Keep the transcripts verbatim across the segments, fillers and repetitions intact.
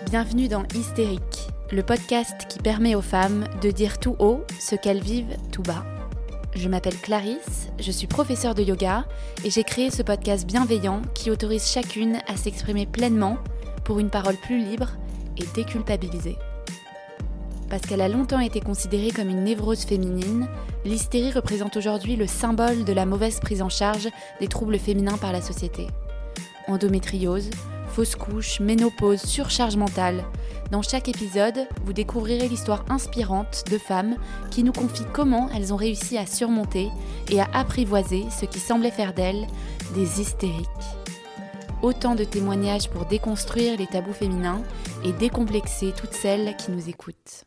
Bienvenue dans Hystérique, le podcast qui permet aux femmes de dire tout haut ce qu'elles vivent tout bas. Je m'appelle Clarisse, je suis professeure de yoga et j'ai créé ce podcast bienveillant qui autorise chacune à s'exprimer pleinement pour une parole plus libre et déculpabilisée. Parce qu'elle a longtemps été considérée comme une névrose féminine, l'hystérie représente aujourd'hui le symbole de la mauvaise prise en charge des troubles féminins par la société. Endométriose, fausse couche, ménopause, surcharge mentale. Dans chaque épisode, vous découvrirez l'histoire inspirante de femmes qui nous confient comment elles ont réussi à surmonter et à apprivoiser ce qui semblait faire d'elles des hystériques. Autant de témoignages pour déconstruire les tabous féminins et décomplexer toutes celles qui nous écoutent.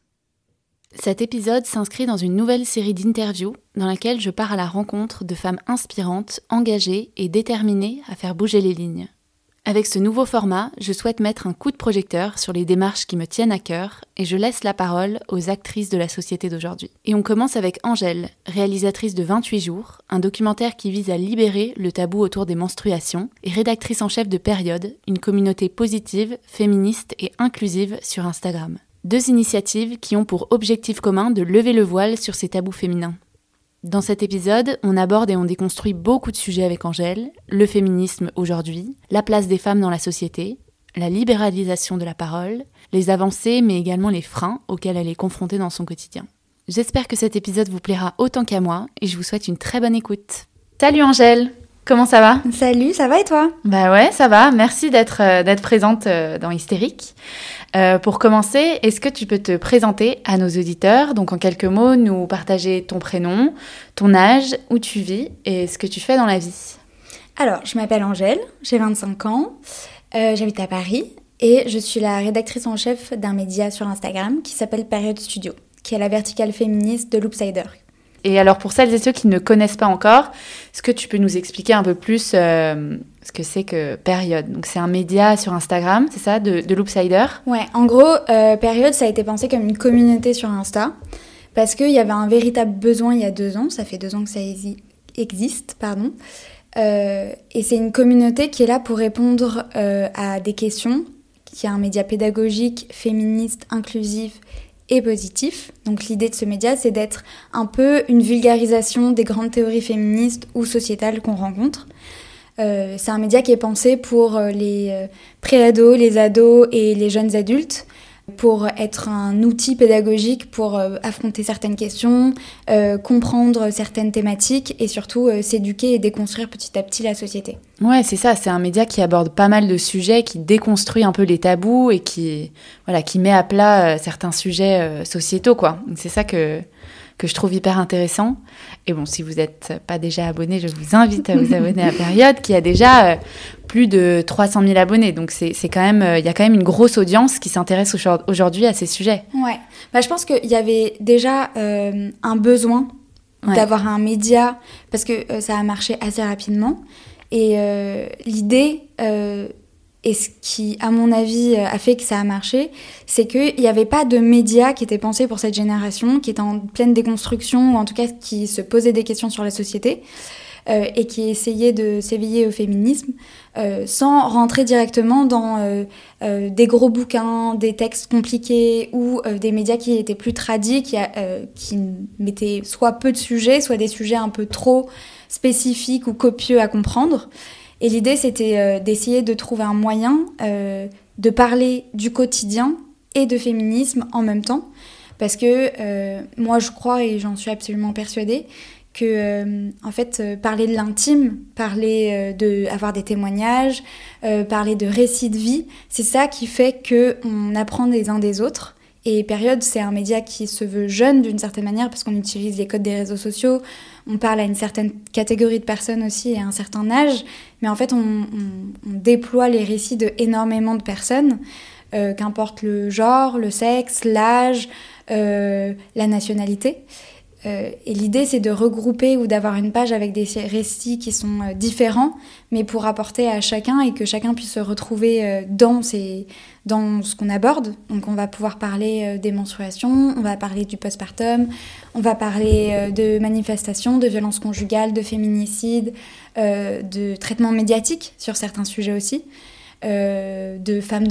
Cet épisode s'inscrit dans une nouvelle série d'interviews dans laquelle je pars à la rencontre de femmes inspirantes, engagées et déterminées à faire bouger les lignes. Avec ce nouveau format, je souhaite mettre un coup de projecteur sur les démarches qui me tiennent à cœur et je laisse la parole aux actrices de la société d'aujourd'hui. Et on commence avec Angèle, réalisatrice de vingt-huit jours, un documentaire qui vise à libérer le tabou autour des menstruations et rédactrice en chef de Période, une communauté positive, féministe et inclusive sur Instagram. Deux initiatives qui ont pour objectif commun de lever le voile sur ces tabous féminins. Dans cet épisode, on aborde et on déconstruit beaucoup de sujets avec Angèle, le féminisme aujourd'hui, la place des femmes dans la société, la libéralisation de la parole, les avancées mais également les freins auxquels elle est confrontée dans son quotidien. J'espère que cet épisode vous plaira autant qu'à moi et je vous souhaite une très bonne écoute. Salut Angèle, comment ça va ? Salut, ça va et toi ? Bah ouais, ça va, merci d'être, euh, d'être présente euh, dans Hystérique. Euh, pour commencer, est-ce que tu peux te présenter à nos auditeurs ? Donc en quelques mots, nous partager ton prénom, ton âge, où tu vis et ce que tu fais dans la vie. Alors, je m'appelle Angèle, j'ai vingt-cinq ans, euh, j'habite à Paris et je suis la rédactrice en chef d'un média sur Instagram qui s'appelle Période Studio, qui est la verticale féministe de Loopsider. Et alors pour celles et ceux qui ne connaissent pas encore, est-ce que tu peux nous expliquer un peu plus euh, ce que c'est que Période ? Donc c'est un média sur Instagram, c'est ça, de, de Loopsider ? Ouais, en gros, euh, Période, ça a été pensé comme une communauté sur Insta, parce qu'il y avait un véritable besoin il y a deux ans, ça fait deux ans que ça existe, pardon, euh, et c'est une communauté qui est là pour répondre euh, à des questions, qui est un média pédagogique, féministe, inclusif et positif. Donc l'idée de ce média, c'est d'être un peu une vulgarisation des grandes théories féministes ou sociétales qu'on rencontre. Euh, c'est un média qui est pensé pour les euh, pré-ados, les ados et les jeunes adultes, pour être un outil pédagogique pour euh, affronter certaines questions, euh, comprendre certaines thématiques et surtout euh, s'éduquer et déconstruire petit à petit la société. Ouais, c'est ça, c'est un média qui aborde pas mal de sujets, qui déconstruit un peu les tabous et qui, voilà, qui met à plat euh, certains sujets euh, sociétaux, quoi. Donc c'est ça que, que je trouve hyper intéressant. Et bon, si vous n'êtes pas déjà abonné, je vous invite à vous abonner à Période, qui a déjà euh, plus de trois cent mille abonnés. Donc c'est, c'est quand même, il y a quand même une grosse audience qui s'intéresse aujourd'hui à ces sujets. Ouais, bah, je pense qu'il y avait déjà euh, un besoin ouais. d'avoir un média, parce que euh, ça a marché assez rapidement. Et euh, l'idée, euh, et ce qui, à mon avis, a fait que ça a marché, c'est qu'il n'y avait pas de média qui était pensé pour cette génération, qui était en pleine déconstruction, ou en tout cas qui se posait des questions sur la société, euh, et qui essayait de s'éveiller au féminisme, euh, sans rentrer directement dans euh, euh, des gros bouquins, des textes compliqués, ou euh, des médias qui étaient plus tradis, qui, euh, qui mettaient soit peu de sujets, soit des sujets un peu trop spécifiques ou copieux à comprendre. Et l'idée, c'était euh, d'essayer de trouver un moyen euh, de parler du quotidien et de féminisme en même temps. Parce que euh, moi, je crois, et j'en suis absolument persuadée, que euh, en fait, euh, parler de l'intime, parler euh, de avoir des témoignages, euh, parler de récits de vie, c'est ça qui fait qu'on apprend des uns des autres. Et Période, c'est un média qui se veut jeune d'une certaine manière parce qu'on utilise les codes des réseaux sociaux, on parle à une certaine catégorie de personnes aussi et à un certain âge, mais en fait on, on, on déploie les récits de énormément de personnes, euh, qu'importe le genre, le sexe, l'âge, euh, la nationalité. Euh, et l'idée, c'est de regrouper ou d'avoir une page avec des récits qui sont euh, différents, mais pour apporter à chacun et que chacun puisse se retrouver euh, dans, ces, dans ce qu'on aborde. Donc on va pouvoir parler euh, des menstruations, on va parler du postpartum, on va parler euh, de manifestations, de violences conjugales, de féminicide, euh, de traitements médiatiques sur certains sujets aussi, euh, de femmes dans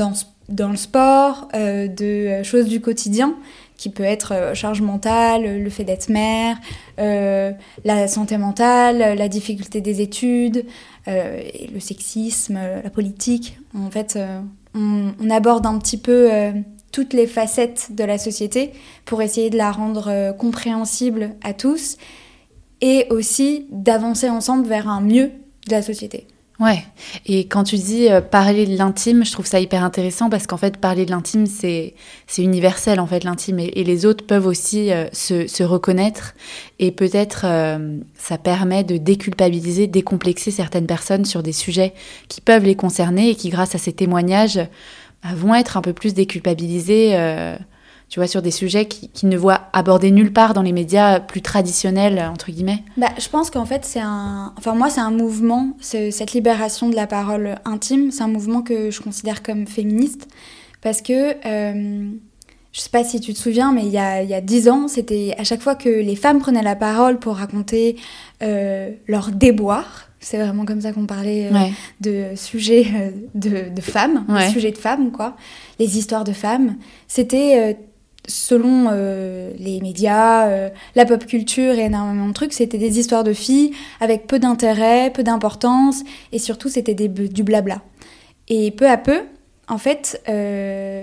dans le sport, euh, de choses du quotidien, qui peut être euh, charge mentale, le fait d'être mère, euh, la santé mentale, la difficulté des études, euh, et le sexisme, la politique. En fait, euh, on, on aborde un petit peu euh, toutes les facettes de la société pour essayer de la rendre euh, compréhensible à tous et aussi d'avancer ensemble vers un mieux de la société. Ouais, et quand tu dis euh, parler de l'intime, je trouve ça hyper intéressant parce qu'en fait, parler de l'intime, c'est, c'est universel, en fait, l'intime. Et, et les autres peuvent aussi euh, se, se reconnaître. Et peut-être, euh, ça permet de déculpabiliser, décomplexer certaines personnes sur des sujets qui peuvent les concerner et qui, grâce à ces témoignages, bah, vont être un peu plus déculpabilisés, euh, tu vois, sur des sujets qui, qui ne voient aborder nulle part dans les médias plus traditionnels, entre guillemets. Bah, je pense qu'en fait, c'est un... Enfin, moi, c'est un mouvement, c'est... cette libération de la parole intime, c'est un mouvement que je considère comme féministe, parce que, euh, je sais pas si tu te souviens, mais il y a, il y a dix ans, c'était à chaque fois que les femmes prenaient la parole pour raconter euh, leurs déboires, c'est vraiment comme ça qu'on parlait euh, ouais. de sujets euh, de, de femmes, ouais. des sujets de femmes, quoi, les histoires de femmes, c'était... Euh, selon euh, les médias, euh, la pop culture et énormément de trucs, c'était des histoires de filles avec peu d'intérêt, peu d'importance, et surtout c'était des, du blabla. Et peu à peu, en fait, euh,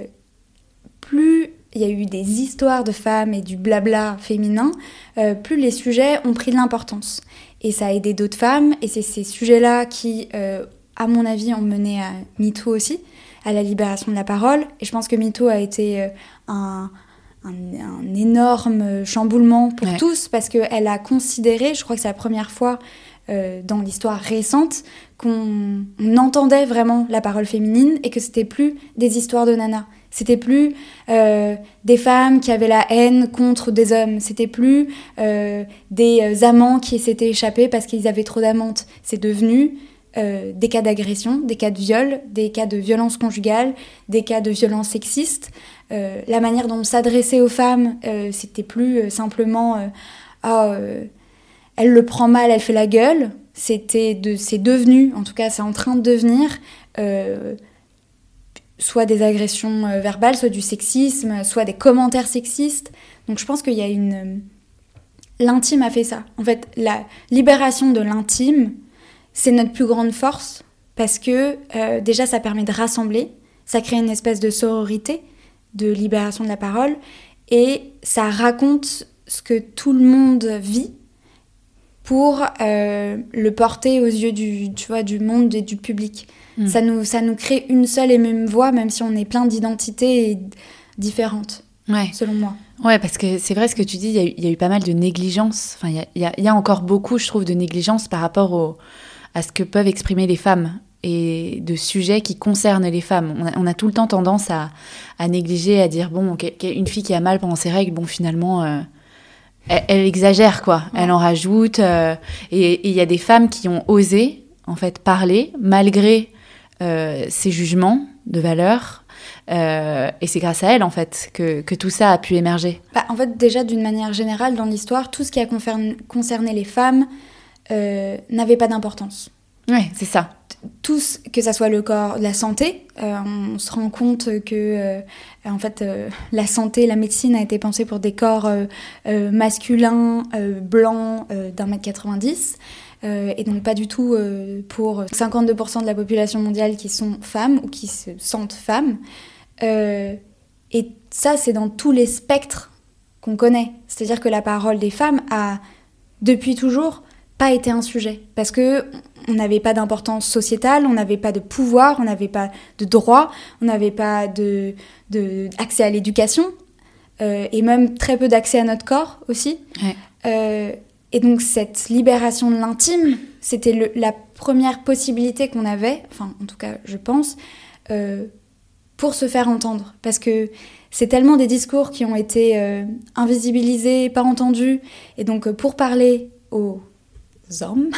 plus il y a eu des histoires de femmes et du blabla féminin, euh, plus les sujets ont pris de l'importance. Et ça a aidé d'autres femmes, et c'est ces sujets-là qui, euh, à mon avis, ont mené à MeToo aussi, à la libération de la parole. Et je pense que MeToo a été euh, un... Un, un énorme chamboulement pour ouais. tous, parce qu'elle a considéré, je crois que c'est la première fois euh, dans l'histoire récente, qu'on on entendait vraiment la parole féminine et que c'était plus des histoires de nanas. C'était plus euh, des femmes qui avaient la haine contre des hommes. C'était plus euh, des amants qui s'étaient échappés parce qu'ils avaient trop d'amantes. C'est devenu euh, des cas d'agression, des cas de viol, des cas de violence conjugale, des cas de violence sexiste. Euh, la manière dont on s'adressait aux femmes, euh, c'était plus euh, simplement euh, ah, euh, elle le prend mal, elle fait la gueule. C'était de, c'est devenu, en tout cas c'est en train de devenir, euh, soit des agressions euh, verbales, soit du sexisme, soit des commentaires sexistes. Donc je pense qu'il y a une... Euh, l'intime a fait ça. En fait, la libération de l'intime, c'est notre plus grande force parce que euh, déjà ça permet de rassembler, ça crée une espèce de sororité, de libération de la parole, et ça raconte ce que tout le monde vit pour euh, le porter aux yeux du, tu vois, du monde et du public. Mmh. Ça nous, ça nous crée une seule et même voix, même si on est plein d'identités différentes, ouais. selon moi. Ouais, parce que c'est vrai ce que tu dis, il y, y a eu pas mal de négligence. Enfin, il y, y, y a encore beaucoup, je trouve, de négligence par rapport au, à ce que peuvent exprimer les femmes et de sujets qui concernent les femmes. On a, on a tout le temps tendance à, à négliger, à dire, bon, une fille qui a mal pendant ses règles, bon, finalement, euh, elle, elle exagère, quoi. Ouais. Elle en rajoute. Euh, et il y a des femmes qui ont osé, en fait, parler, malgré euh, ces jugements de valeur. Euh, et c'est grâce à elle, en fait, que, que tout ça a pu émerger. Bah, en fait, déjà, d'une manière générale, dans l'histoire, tout ce qui a concerné, concerné les femmes euh, n'avait pas d'importance. Oui, c'est ça. Tout, que ça soit le corps, la santé, euh, on se rend compte que euh, en fait, euh, la santé, la médecine a été pensée pour des corps euh, euh, masculins, euh, blancs, euh, d'un mètre quatre-vingt-dix, euh, et donc pas du tout euh, pour cinquante-deux pour cent de la population mondiale qui sont femmes ou qui se sentent femmes. Euh, et ça, c'est dans tous les spectres qu'on connaît. C'est-à-dire que la parole des femmes a, depuis toujours, pas été un sujet, parce que on n'avait pas d'importance sociétale, on n'avait pas de pouvoir, on n'avait pas de droit, on n'avait pas de, de accès à l'éducation, euh, et même très peu d'accès à notre corps aussi. Ouais. Euh, et donc cette libération de l'intime, c'était le, la première possibilité qu'on avait, enfin en tout cas je pense, euh, pour se faire entendre, parce que c'est tellement des discours qui ont été euh, invisibilisés, pas entendus, et donc pour parler aux hommes,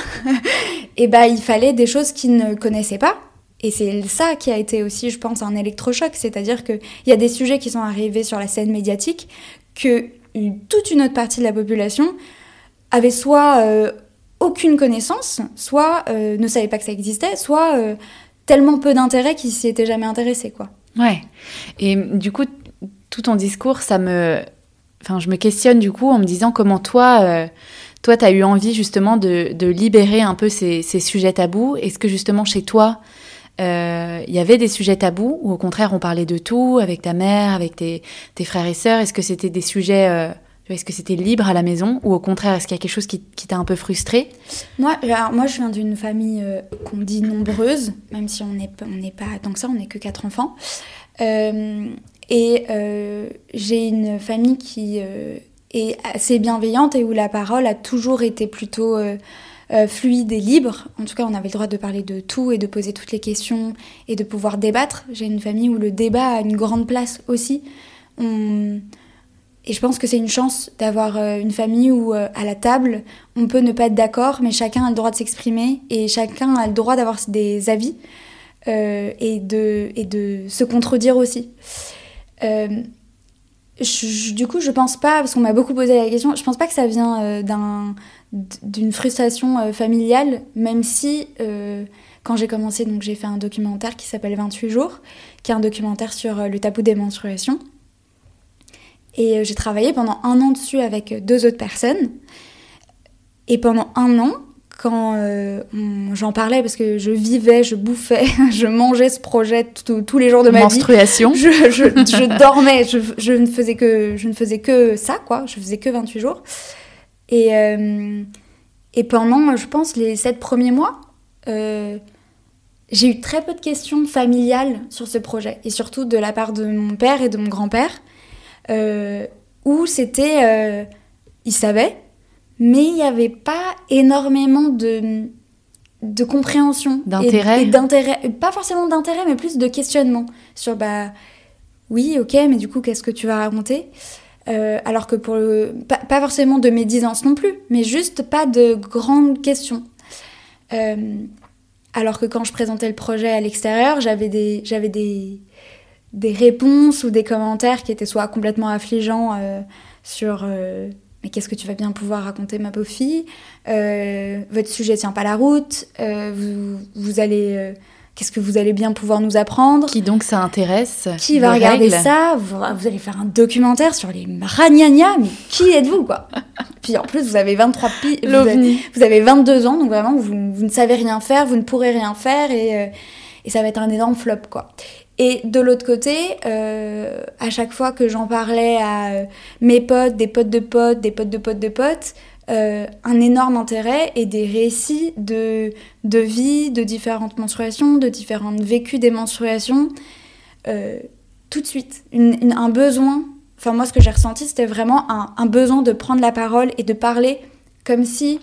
et bah il fallait des choses qu'ils ne connaissaient pas, et c'est ça qui a été aussi, je pense, un électrochoc, c'est-à-dire qu'il y a des sujets qui sont arrivés sur la scène médiatique que une, toute une autre partie de la population avait soit euh, aucune connaissance, soit euh, ne savait pas que ça existait, soit euh, tellement peu d'intérêt qu'ils s'y étaient jamais intéressés, quoi. Ouais. Et du coup, tout ton discours, ça me... Enfin, je me questionne du coup en me disant comment toi, euh, toi, t'as eu envie justement de, de libérer un peu ces, ces sujets tabous. Est-ce que justement chez toi, il euh, y avait des sujets tabous ou au contraire on parlait de tout avec ta mère, avec tes, tes frères et sœurs? Est-ce que c'était des sujets, euh, est-ce que c'était libre à la maison ou au contraire est-ce qu'il y a quelque chose qui, qui t'a un peu frustrée? Moi, alors, moi, je viens d'une famille euh, qu'on dit nombreuse, même si on n'est on n'est pas tant que ça, on n'est que quatre enfants. Euh, Et euh, j'ai une famille qui euh, est assez bienveillante et où la parole a toujours été plutôt euh, euh, fluide et libre. En tout cas, on avait le droit de parler de tout et de poser toutes les questions et de pouvoir débattre. J'ai une famille où le débat a une grande place aussi. On... Et je pense que c'est une chance d'avoir euh, une famille où, euh, à la table, on peut ne pas être d'accord, mais chacun a le droit de s'exprimer et chacun a le droit d'avoir des avis euh, et, de, et de se contredire aussi. Euh, je, du coup, je pense pas, parce qu'on m'a beaucoup posé la question, je pense pas que ça vient euh, d'un, d'une frustration euh, familiale, même si euh, quand j'ai commencé, donc j'ai fait un documentaire qui s'appelle vingt-huit jours, qui est un documentaire sur euh, le tabou des menstruations. Et euh, j'ai travaillé pendant un an dessus avec deux autres personnes. Et pendant un an, quand euh, on, j'en parlais, parce que je vivais, je bouffais, je mangeais ce projet tout, tous les jours de ma Menstruation. vie. Je, je, je dormais, je, je, ne faisais que, je ne faisais que ça, quoi. Je faisais que vingt-huit jours. Et, euh, et pendant, je pense, les sept premiers mois, euh, j'ai eu très peu de questions familiales sur ce projet. Et surtout de la part de mon père et de mon grand-père, euh, où c'était... Euh, ils savaient, mais il n'y avait pas énormément de, de compréhension. D'intérêt. Et, et d'intérêt. Pas forcément d'intérêt, mais plus de questionnement. Sur, bah, oui, ok, mais du coup, qu'est-ce que tu vas raconter ? euh, Alors que pour le... Pas, pas forcément de médisance non plus, mais juste pas de grandes questions. Euh, alors que quand je présentais le projet à l'extérieur, j'avais des, j'avais des, des réponses ou des commentaires qui étaient soit complètement affligeants euh, sur... Euh, mais qu'est-ce que tu vas bien pouvoir raconter, ma pauvre fille ? euh, Votre sujet tient pas la route. Euh, vous, vous allez, euh, qu'est-ce que vous allez bien pouvoir nous apprendre ? Qui donc ça intéresse ? Qui va regarder règles. ça ? vous, vous allez faire un documentaire sur les ragnagnas, mais qui êtes-vous, quoi ? Puis en plus, vous avez vingt-trois pi- vous, avez, vous avez vingt-deux ans, donc vraiment, vous, vous ne savez rien faire, vous ne pourrez rien faire, et, euh, et ça va être un énorme flop, quoi. Et de l'autre côté, euh, à chaque fois que j'en parlais à euh, mes potes, des potes de potes, des potes de potes de potes, euh, un énorme intérêt et des récits de, de vie, de différentes menstruations, de différents vécus des menstruations, euh, tout de suite. Une, une, un besoin, enfin moi ce que j'ai ressenti, c'était vraiment un, un besoin de prendre la parole et de parler comme si...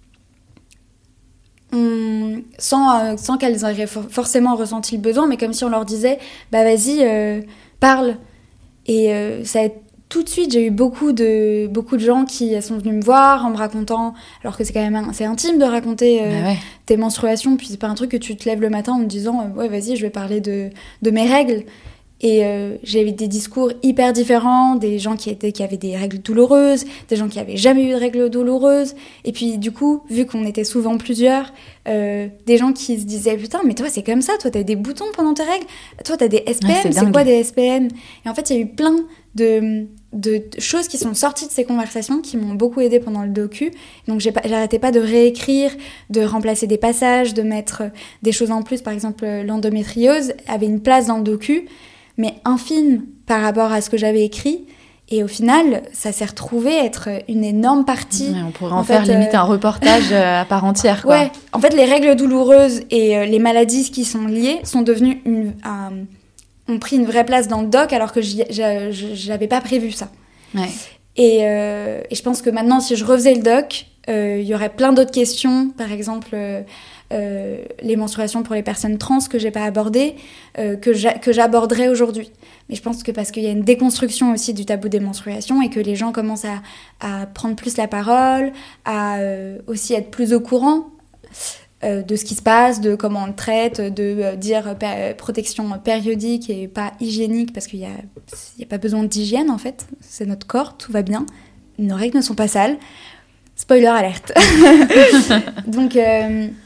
On, sans, euh, sans qu'elles aient for- forcément ressenti le besoin, mais comme si on leur disait bah vas-y, euh, parle. Et euh, ça a, tout de suite, j'ai eu beaucoup de, beaucoup de gens qui sont venus me voir en me racontant, alors que c'est quand même assez intime de raconter euh, bah ouais. tes menstruations, puis c'est pas un truc que tu te lèves le matin en me disant euh, ouais vas-y, je vais parler de, de mes règles. Et euh, j'ai eu des discours hyper différents, des gens qui, étaient, qui avaient des règles douloureuses, des gens qui n'avaient jamais eu de règles douloureuses. Et puis du coup, vu qu'on était souvent plusieurs, euh, des gens qui se disaient « Putain, mais toi c'est comme ça, toi t'as des boutons pendant tes règles, toi t'as des S P M, ouais, c'est, c'est quoi des S P M ?» Et en fait, il y a eu plein de, de choses qui sont sorties de ces conversations qui m'ont beaucoup aidée pendant le docu. Donc j'ai pas, j'arrêtais pas de réécrire, de remplacer des passages, de mettre des choses en plus. Par exemple, l'endométriose avait une place dans le docu, mais infime par rapport à ce que j'avais écrit. Et au final, ça s'est retrouvé être une énorme partie. Ouais, on pourrait en, en faire fait, limite euh... un reportage à part entière, quoi. Ouais, en fait, les règles douloureuses et euh, les maladies qui sont liées sont devenues une, un, ont pris une vraie place dans le doc, alors que j'y, j'y, j'avais pas prévu ça. Ouais. Et, euh, et je pense que maintenant, si je refaisais le doc, il euh, y aurait plein d'autres questions, par exemple... Euh, Euh, les menstruations pour les personnes trans que j'ai pas abordées, euh, que, j'a- que j'aborderai aujourd'hui. Mais je pense que parce qu'il y a une déconstruction aussi du tabou des menstruations et que les gens commencent à, à prendre plus la parole, à euh, aussi être plus au courant euh, de ce qui se passe, de comment on le traite, de euh, dire pa- protection périodique et pas hygiénique, parce qu'il y a, il y a pas besoin d'hygiène en fait, c'est notre corps, tout va bien, nos règles ne sont pas sales. Spoiler alerte. Donc... Euh,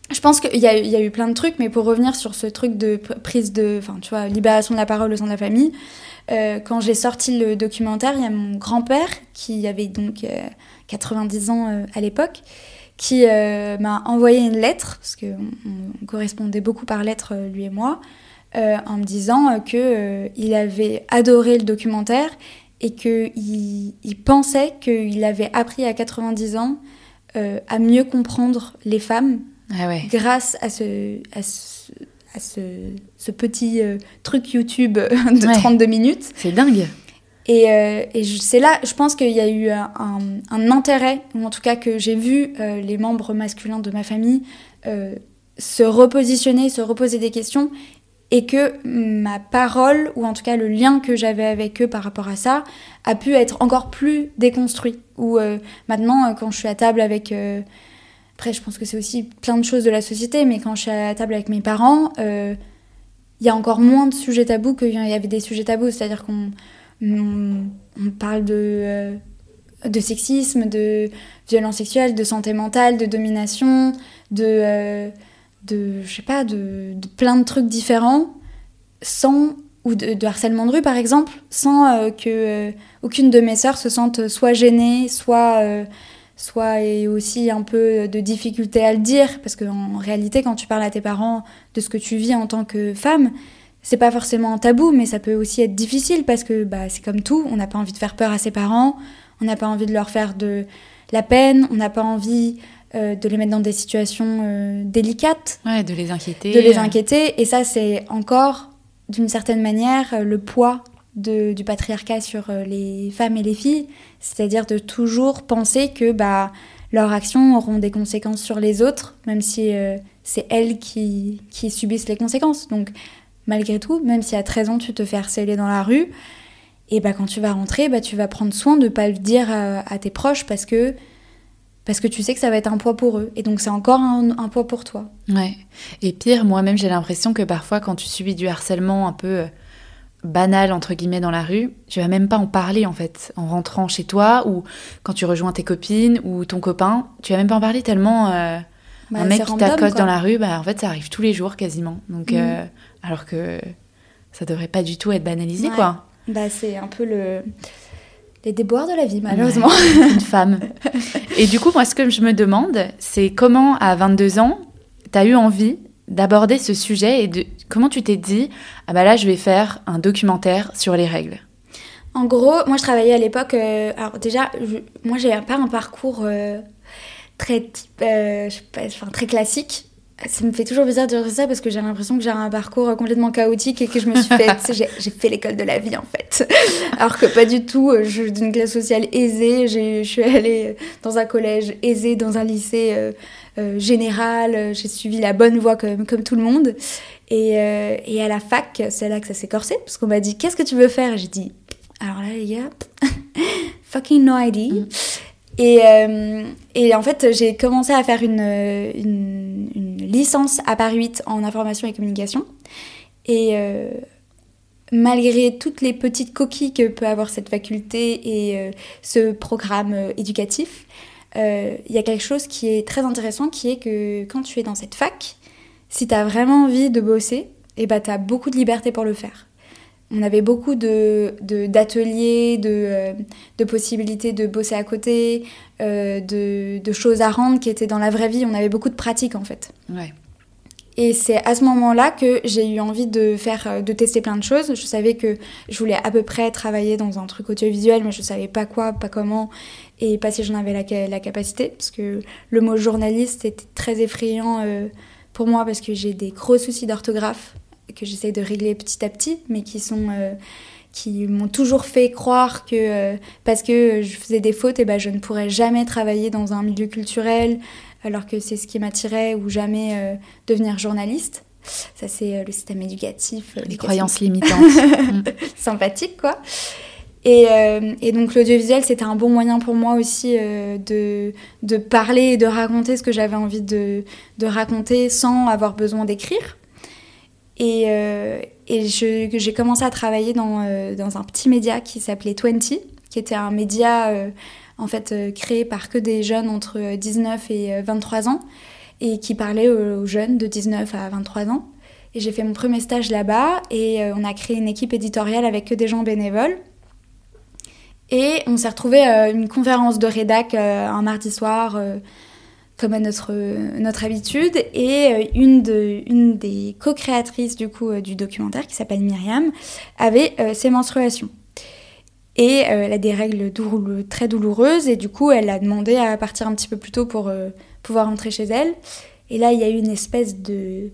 je pense qu'il y a, il y a eu plein de trucs, mais pour revenir sur ce truc de prise de... Enfin, tu vois, libération de la parole au sein de la famille, euh, quand j'ai sorti le documentaire, il y a mon grand-père, qui avait donc euh, quatre-vingt-dix ans euh, à l'époque, qui euh, m'a envoyé une lettre, parce qu'on on correspondait beaucoup par lettre, euh, lui et moi, euh, en me disant euh, qu'il euh, avait adoré le documentaire et qu'il il pensait qu'il avait appris à quatre-vingt-dix ans euh, à mieux comprendre les femmes ah ouais. grâce à ce, à ce, à ce, ce petit euh, truc YouTube de ouais. trente-deux minutes. C'est dingue. Et, euh, et je, c'est là, je pense qu'il y a eu un, un intérêt, ou en tout cas que j'ai vu euh, les membres masculins de ma famille euh, se repositionner, se reposer des questions, et que ma parole, ou en tout cas le lien que j'avais avec eux par rapport à ça, a pu être encore plus déconstruit. Ou euh, maintenant, quand je suis à table avec... Euh, après, je pense que c'est aussi plein de choses de la société, mais quand je suis à table avec mes parents, il euh, y a encore moins de sujets tabous qu'il y avait des sujets tabous. C'est-à-dire qu'on on, on parle de, euh, de sexisme, de violence sexuelle, de santé mentale, de domination, de... Euh, de, je sais pas, de, de plein de trucs différents, sans, ou de, de harcèlement de rue par exemple, sans euh, que euh, aucune de mes sœurs se sente soit gênée, soit, euh, soit ait aussi un peu de difficulté à le dire, parce qu'en réalité, quand tu parles à tes parents de ce que tu vis en tant que femme, c'est pas forcément un tabou, mais ça peut aussi être difficile, parce que bah, c'est comme tout, on n'a pas envie de faire peur à ses parents, on n'a pas envie de leur faire de la peine, on n'a pas envie... Euh, de les mettre dans des situations euh, délicates. Ouais, de les inquiéter. De les inquiéter. Et ça, c'est encore, d'une certaine manière, euh, le poids de, du patriarcat sur euh, les femmes et les filles. C'est-à-dire de toujours penser que bah, leurs actions auront des conséquences sur les autres, même si euh, c'est elles qui, qui subissent les conséquences. Donc, malgré tout, même si à treize ans, tu te fais harceler dans la rue, et bah, quand tu vas rentrer, bah, tu vas prendre soin de ne pas le dire à, à tes proches parce que Parce que tu sais que ça va être un poids pour eux. Et donc, c'est encore un, un poids pour toi. Ouais. Et pire, moi-même, j'ai l'impression que parfois, quand tu subis du harcèlement un peu banal, entre guillemets, dans la rue, tu vas même pas en parler, en fait. En rentrant chez toi, ou quand tu rejoins tes copines, ou ton copain, tu vas même pas en parler tellement... Euh, bah, un mec qui t'accoste dans la rue, bah, en fait, ça arrive tous les jours, quasiment. Donc, mmh. euh, alors que ça devrait pas du tout être banalisé, ouais. quoi. Bah, c'est un peu le... les déboires de la vie, malheureusement. Ouais, une femme. Et du coup, moi, ce que je me demande, c'est comment, à vingt-deux ans, tu as eu envie d'aborder ce sujet et de... comment tu t'es dit, ah bah là, je vais faire un documentaire sur les règles. En gros, moi, je travaillais à l'époque... Euh, alors déjà, je, moi, j'ai pas un parcours euh, très, type, euh, je sais pas, enfin, très classique. Ça me fait toujours bizarre de dire ça parce que j'ai l'impression que j'ai un parcours complètement chaotique et que je me suis fait... tu sais, j'ai, j'ai fait l'école de la vie, en fait. Alors que pas du tout. Je suis d'une classe sociale aisée. J'ai, je suis allée dans un collège aisé, dans un lycée euh, euh, général. J'ai suivi la bonne voie comme, comme tout le monde. Et, euh, et à la fac, c'est là que ça s'est corsé parce qu'on m'a dit « Qu'est-ce que tu veux faire ?» Et j'ai dit « Alors là, les gars, fucking no idea. Mm. » Et, euh, et en fait, j'ai commencé à faire une, une, une licence à Paris huit en information et communication. Et euh, malgré toutes les petites coquilles que peut avoir cette faculté et euh, ce programme euh, éducatif, il euh, y a quelque chose qui est très intéressant, qui est que quand tu es dans cette fac, si tu as vraiment envie de bosser, eh ben, tu as beaucoup de liberté pour le faire. On avait beaucoup de, de, d'ateliers, de, euh, de possibilités de bosser à côté, euh, de, de choses à rendre qui étaient dans la vraie vie. On avait beaucoup de pratiques, en fait. Ouais. Et c'est à ce moment-là que j'ai eu envie de, faire, de tester plein de choses. Je savais que je voulais à peu près travailler dans un truc audiovisuel, mais je ne savais pas quoi, pas comment, et pas si j'en avais la, la capacité. Parce que le mot journaliste était très effrayant euh, pour moi, parce que j'ai des gros soucis d'orthographe que j'essaie de régler petit à petit, mais qui sont euh, qui m'ont toujours fait croire que euh, parce que je faisais des fautes, et ben je ne pourrais jamais travailler dans un milieu culturel, alors que c'est ce qui m'attirait, ou jamais euh, devenir journaliste. Ça, c'est euh, le système éducatif. Euh, Les croyances limitantes. Sympathique, quoi. Et, euh, et donc l'audiovisuel, c'était un bon moyen pour moi aussi euh, de, de parler et de raconter ce que j'avais envie de, de raconter sans avoir besoin d'écrire. Et, euh, et je, j'ai commencé à travailler dans, euh, dans un petit média qui s'appelait vingt, qui était un média euh, en fait, euh, créé par que des jeunes entre dix-neuf et vingt-trois ans. et qui parlait aux jeunes de dix-neuf à vingt-trois ans. Et j'ai fait mon premier stage là-bas et euh, on a créé une équipe éditoriale avec que des gens bénévoles. Et on s'est retrouvé à une conférence de rédac euh, un mardi soir, euh, comme à notre, euh, notre habitude. Et euh, une, de, une des co-créatrices du, coup, euh, du documentaire, qui s'appelle Myriam, avait euh, ses menstruations. Et euh, elle a des règles doulou- très douloureuses. Et du coup, elle a demandé à partir un petit peu plus tôt pour euh, pouvoir rentrer chez elle. Et là, il y a eu une espèce de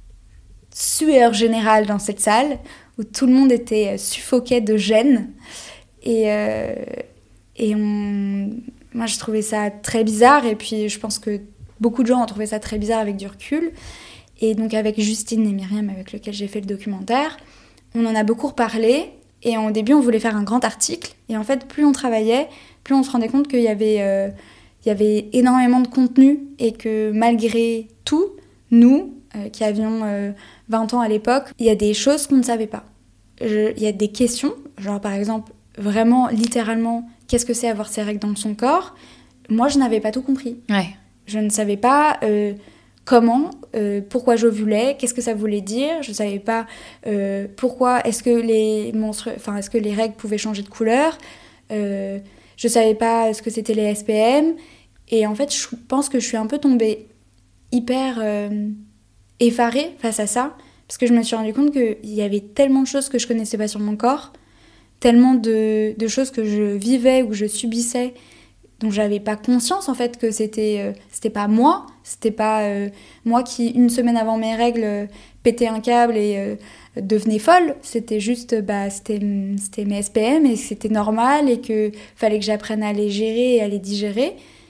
sueur générale dans cette salle, où tout le monde était suffoqué de gêne. Et, euh, et on... moi, je trouvais ça très bizarre. Et puis, je pense que beaucoup de gens ont trouvé ça très bizarre avec du recul. Et donc, avec Justine et Myriam, avec lesquelles j'ai fait le documentaire, on en a beaucoup reparlé. Et au début, on voulait faire un grand article. Et en fait, plus on travaillait, plus on se rendait compte qu'il y avait, euh, il y avait énormément de contenu. Et que malgré tout, nous, euh, qui avions euh, vingt ans à l'époque, il y a des choses qu'on ne savait pas. Je, il y a des questions, genre par exemple, vraiment, littéralement, qu'est-ce que c'est avoir ses règles dans son corps ? Moi, je n'avais pas tout compris. Ouais. Je ne savais pas euh, comment, euh, pourquoi j'ovulais, qu'est-ce que ça voulait dire. Je ne savais pas euh, pourquoi, est-ce que, les menstru... enfin, est-ce que les règles pouvaient changer de couleur. Euh, je ne savais pas ce que c'était les S P M. Et en fait, je pense que je suis un peu tombée hyper euh, effarée face à ça. Parce que je me suis rendu compte qu'il y avait tellement de choses que je ne connaissais pas sur mon corps. Tellement de, de choses que je vivais ou que je subissais, dont j'avais pas conscience en fait que c'était, euh, c'était pas moi, c'était pas euh, moi qui une semaine avant mes règles euh, pétait un câble et euh, devenait folle, c'était juste bah c'était, c'était mes S P M et c'était normal et que fallait que j'apprenne à les gérer et à les digérer.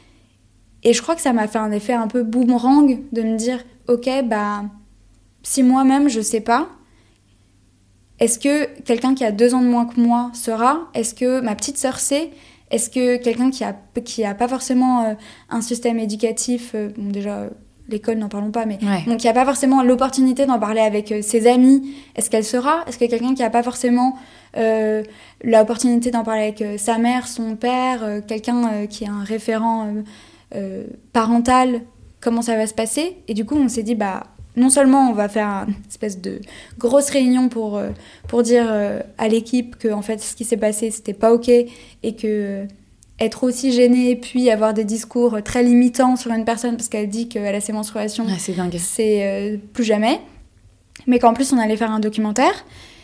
Et je crois que ça m'a fait un effet un peu boomerang de me dire ok bah si moi-même je sais pas, est-ce que quelqu'un qui a deux ans de moins que moi saura ? Est-ce que ma petite sœur sait ? Est-ce que quelqu'un qui a, qui a pas forcément euh, un système éducatif, euh, bon déjà euh, l'école n'en parlons pas, mais ouais. bon, qui a pas forcément l'opportunité d'en parler avec euh, ses amis, est-ce qu'elle saura ? Est-ce que quelqu'un qui a pas forcément euh, l'opportunité d'en parler avec euh, sa mère, son père, euh, quelqu'un euh, qui a un référent euh, euh, parental, comment ça va se passer ? Et du coup on s'est dit bah non seulement on va faire une espèce de grosse réunion pour, euh, pour dire euh, à l'équipe que en fait, ce qui s'est passé, c'était pas OK et que euh, être aussi gêné puis avoir des discours très limitants sur une personne parce qu'elle dit qu'elle a ses menstruations, ah, c'est dingue. C'est euh, plus jamais. Mais qu'en plus, on allait faire un documentaire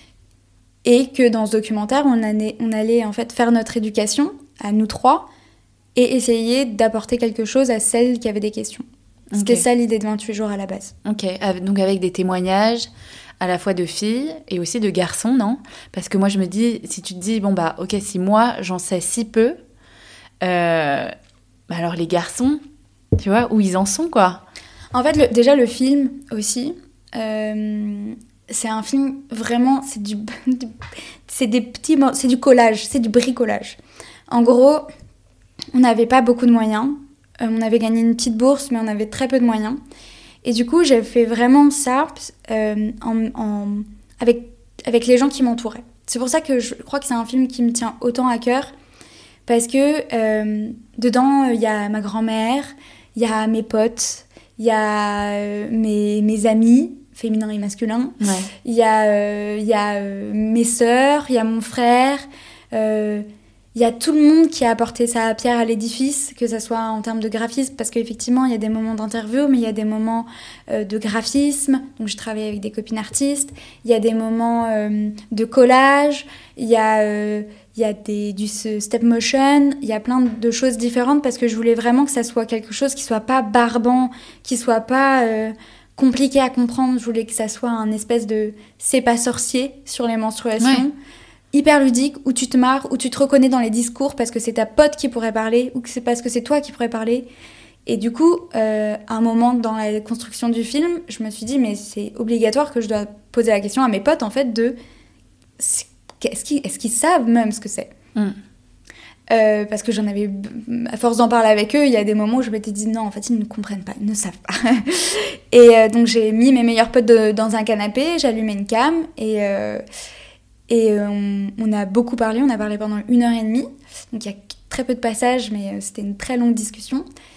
et que dans ce documentaire, on allait, on allait en fait faire notre éducation à nous trois et essayer d'apporter quelque chose à celles qui avaient des questions. C'était okay. Ça l'idée de vingt-huit jours à la base. Ok, donc avec des témoignages à la fois de filles et aussi de garçons, non ? Parce que moi je me dis, si tu te dis, bon bah ok, si moi j'en sais si peu, euh, bah alors les garçons, tu vois, où ils en sont quoi ? En fait, le, déjà le film aussi, euh, c'est un film vraiment, c'est du, c'est des petits, c'est du collage, c'est du bricolage. En gros, on n'avait pas beaucoup de moyens. On avait gagné une petite bourse, mais on avait très peu de moyens. Et du coup, j'ai fait vraiment ça euh, en, en, avec, avec les gens qui m'entouraient. C'est pour ça que je crois que c'est un film qui me tient autant à cœur. Parce que euh, dedans, il y a ma grand-mère, il y a mes potes, il y a euh, mes, mes amis, féminins et masculins. Ouais. Il y a, euh, il y a euh, mes sœurs, il y a mon frère... Euh, Il y a tout le monde qui a apporté sa pierre à l'édifice, que ce soit en termes de graphisme, parce qu'effectivement, il y a des moments d'interview, mais il y a des moments euh, de graphisme. Donc, je travaille avec des copines artistes. Il y a des moments euh, de collage. Il y a, euh, il y a des, du step motion. Il y a plein de choses différentes parce que je voulais vraiment que ça soit quelque chose qui soit pas barbant, qui soit pas euh, compliqué à comprendre. Je voulais que ça soit un espèce de c'est pas sorcier sur les menstruations. Ouais. Hyper ludique, où tu te marres, où tu te reconnais dans les discours parce que c'est ta pote qui pourrait parler ou que c'est parce que c'est toi qui pourrais parler. Et du coup, euh, à un moment dans la construction du film, je me suis dit, mais c'est obligatoire que je dois poser la question à mes potes, en fait, de... Est-ce qu'ils, est-ce qu'ils savent même ce que c'est ? mm. euh, Parce que j'en avais... À force d'en parler avec eux, il y a des moments où je m'étais dit, non, en fait, ils ne comprennent pas, ils ne savent pas. Et euh, donc, j'ai mis mes meilleurs potes de, dans un canapé, j'ai allumé une cam et... Euh, Et on, on a beaucoup parlé, on a parlé pendant une heure et demie. Donc il y a très peu de passages, mais c'était une très longue discussion.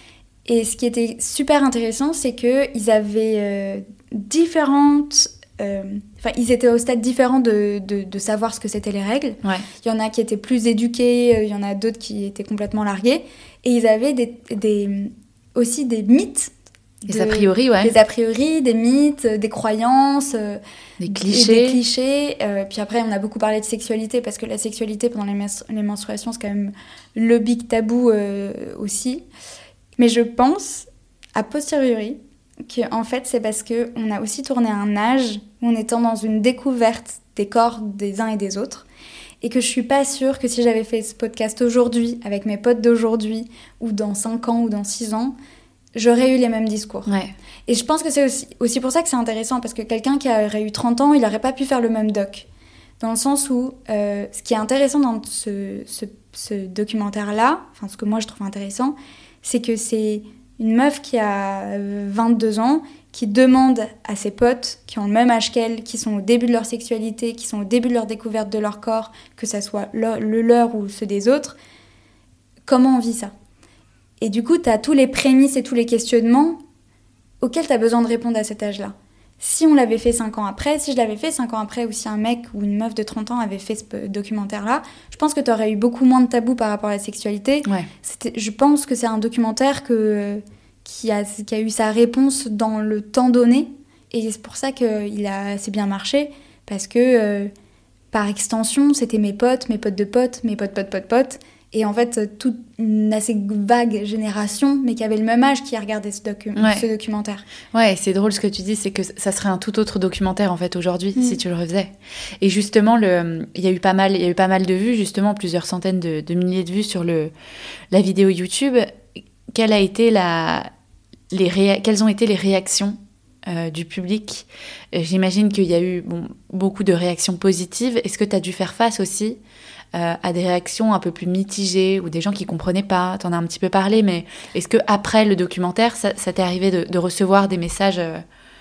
Et ce qui était super intéressant, c'est qu'ils avaient euh, différentes... Euh, enfin, ils étaient au stade différent de, de, de savoir ce que c'étaient les règles. Ouais. Il y en a qui étaient plus éduqués, il y en a d'autres qui étaient complètement largués. Et ils avaient des, des, aussi des mythes. Des a priori, ouais. Des a priori, des mythes, des croyances. Des clichés. Des clichés. Euh, puis après, on a beaucoup parlé de sexualité, parce que la sexualité pendant les, menstru- les menstruations, c'est quand même le big tabou euh, aussi. Mais je pense, a posteriori, qu'en fait, c'est parce qu'on a aussi tourné à un âge où on était dans une découverte des corps des uns et des autres. Et que je suis pas sûre que si j'avais fait ce podcast aujourd'hui, avec mes potes d'aujourd'hui, ou dans cinq ans, ou dans six ans, j'aurais eu les mêmes discours. Ouais. Et je pense que c'est aussi, aussi pour ça que c'est intéressant, parce que quelqu'un qui aurait eu trente ans, il n'aurait pas pu faire le même doc. Dans le sens où, euh, ce qui est intéressant dans ce, ce, ce documentaire-là, enfin ce que moi je trouve intéressant, c'est que c'est une meuf qui a vingt-deux ans, qui demande à ses potes qui ont le même âge qu'elle, qui sont au début de leur sexualité, qui sont au début de leur découverte de leur corps, que ça soit le, le leur ou ceux des autres, comment on vit ça. Et du coup, tu as tous les prémices et tous les questionnements auxquels tu as besoin de répondre à cet âge-là. Si on l'avait fait cinq ans après, si je l'avais fait cinq ans après, ou si un mec ou une meuf de trente ans avait fait ce documentaire-là, je pense que tu aurais eu beaucoup moins de tabous par rapport à la sexualité. Ouais. C'était, je pense que c'est un documentaire que, qui, a, qui a eu sa réponse dans le temps donné. Et c'est pour ça qu'il a assez bien marché, parce que, euh, par extension, c'était mes potes, mes potes de potes, mes potes, potes, potes, potes. Et en fait, toute une assez vague génération, mais qui avait le même âge, qui a regardé ce, docu- ouais. ce documentaire. Ouais, c'est drôle ce que tu dis, c'est que ça serait un tout autre documentaire en fait aujourd'hui, mmh. si tu le refaisais. Et justement, le, il y a eu pas mal, il y a eu pas mal de vues, justement, plusieurs centaines de, de milliers de vues sur le, la vidéo YouTube. Quelle a été la, les réa- quelles ont été les réactions euh, du public ? J'imagine qu'il y a eu bon, beaucoup de réactions positives. Est-ce que tu as dû faire face aussi Euh, à des réactions un peu plus mitigées ou des gens qui comprenaient pas? T'en as un petit peu parlé, mais est-ce que après le documentaire, ça, ça t'est arrivé de, de recevoir des messages euh...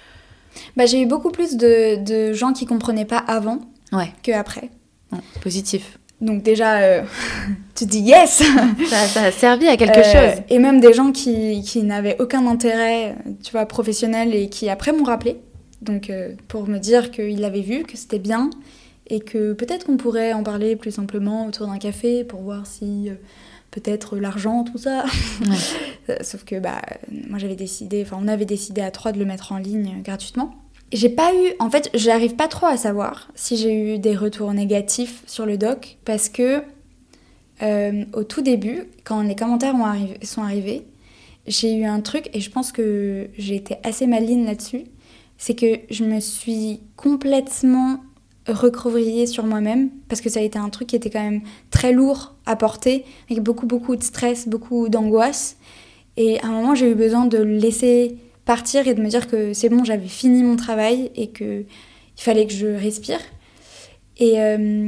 Bah, j'ai eu beaucoup plus de, de gens qui comprenaient pas avant ouais. que après. Bon, positif. Donc déjà, euh, tu te dis yes. ça, ça a servi à quelque euh, chose. Et même des gens qui, qui n'avaient aucun intérêt, tu vois, professionnel, et qui après m'ont rappelé. Donc euh, pour me dire qu'ils l'avaient vu, que c'était bien. Et que peut-être qu'on pourrait en parler plus simplement autour d'un café pour voir si euh, peut-être l'argent, tout ça. Ouais. Sauf que bah, moi j'avais décidé, enfin on avait décidé à trois de le mettre en ligne gratuitement. Et j'ai pas eu, en fait j'arrive pas trop à savoir si j'ai eu des retours négatifs sur le doc, parce que euh, au tout début, quand les commentaires ont arrivé, sont arrivés, j'ai eu un truc, et je pense que j'ai été assez maligne là-dessus, c'est que je me suis complètement recroquevillée sur moi-même, parce que ça a été un truc qui était quand même très lourd à porter, avec beaucoup beaucoup de stress, beaucoup d'angoisse, et à un moment j'ai eu besoin de le laisser partir et de me dire que c'est bon, j'avais fini mon travail et qu'il fallait que je respire. Et, euh,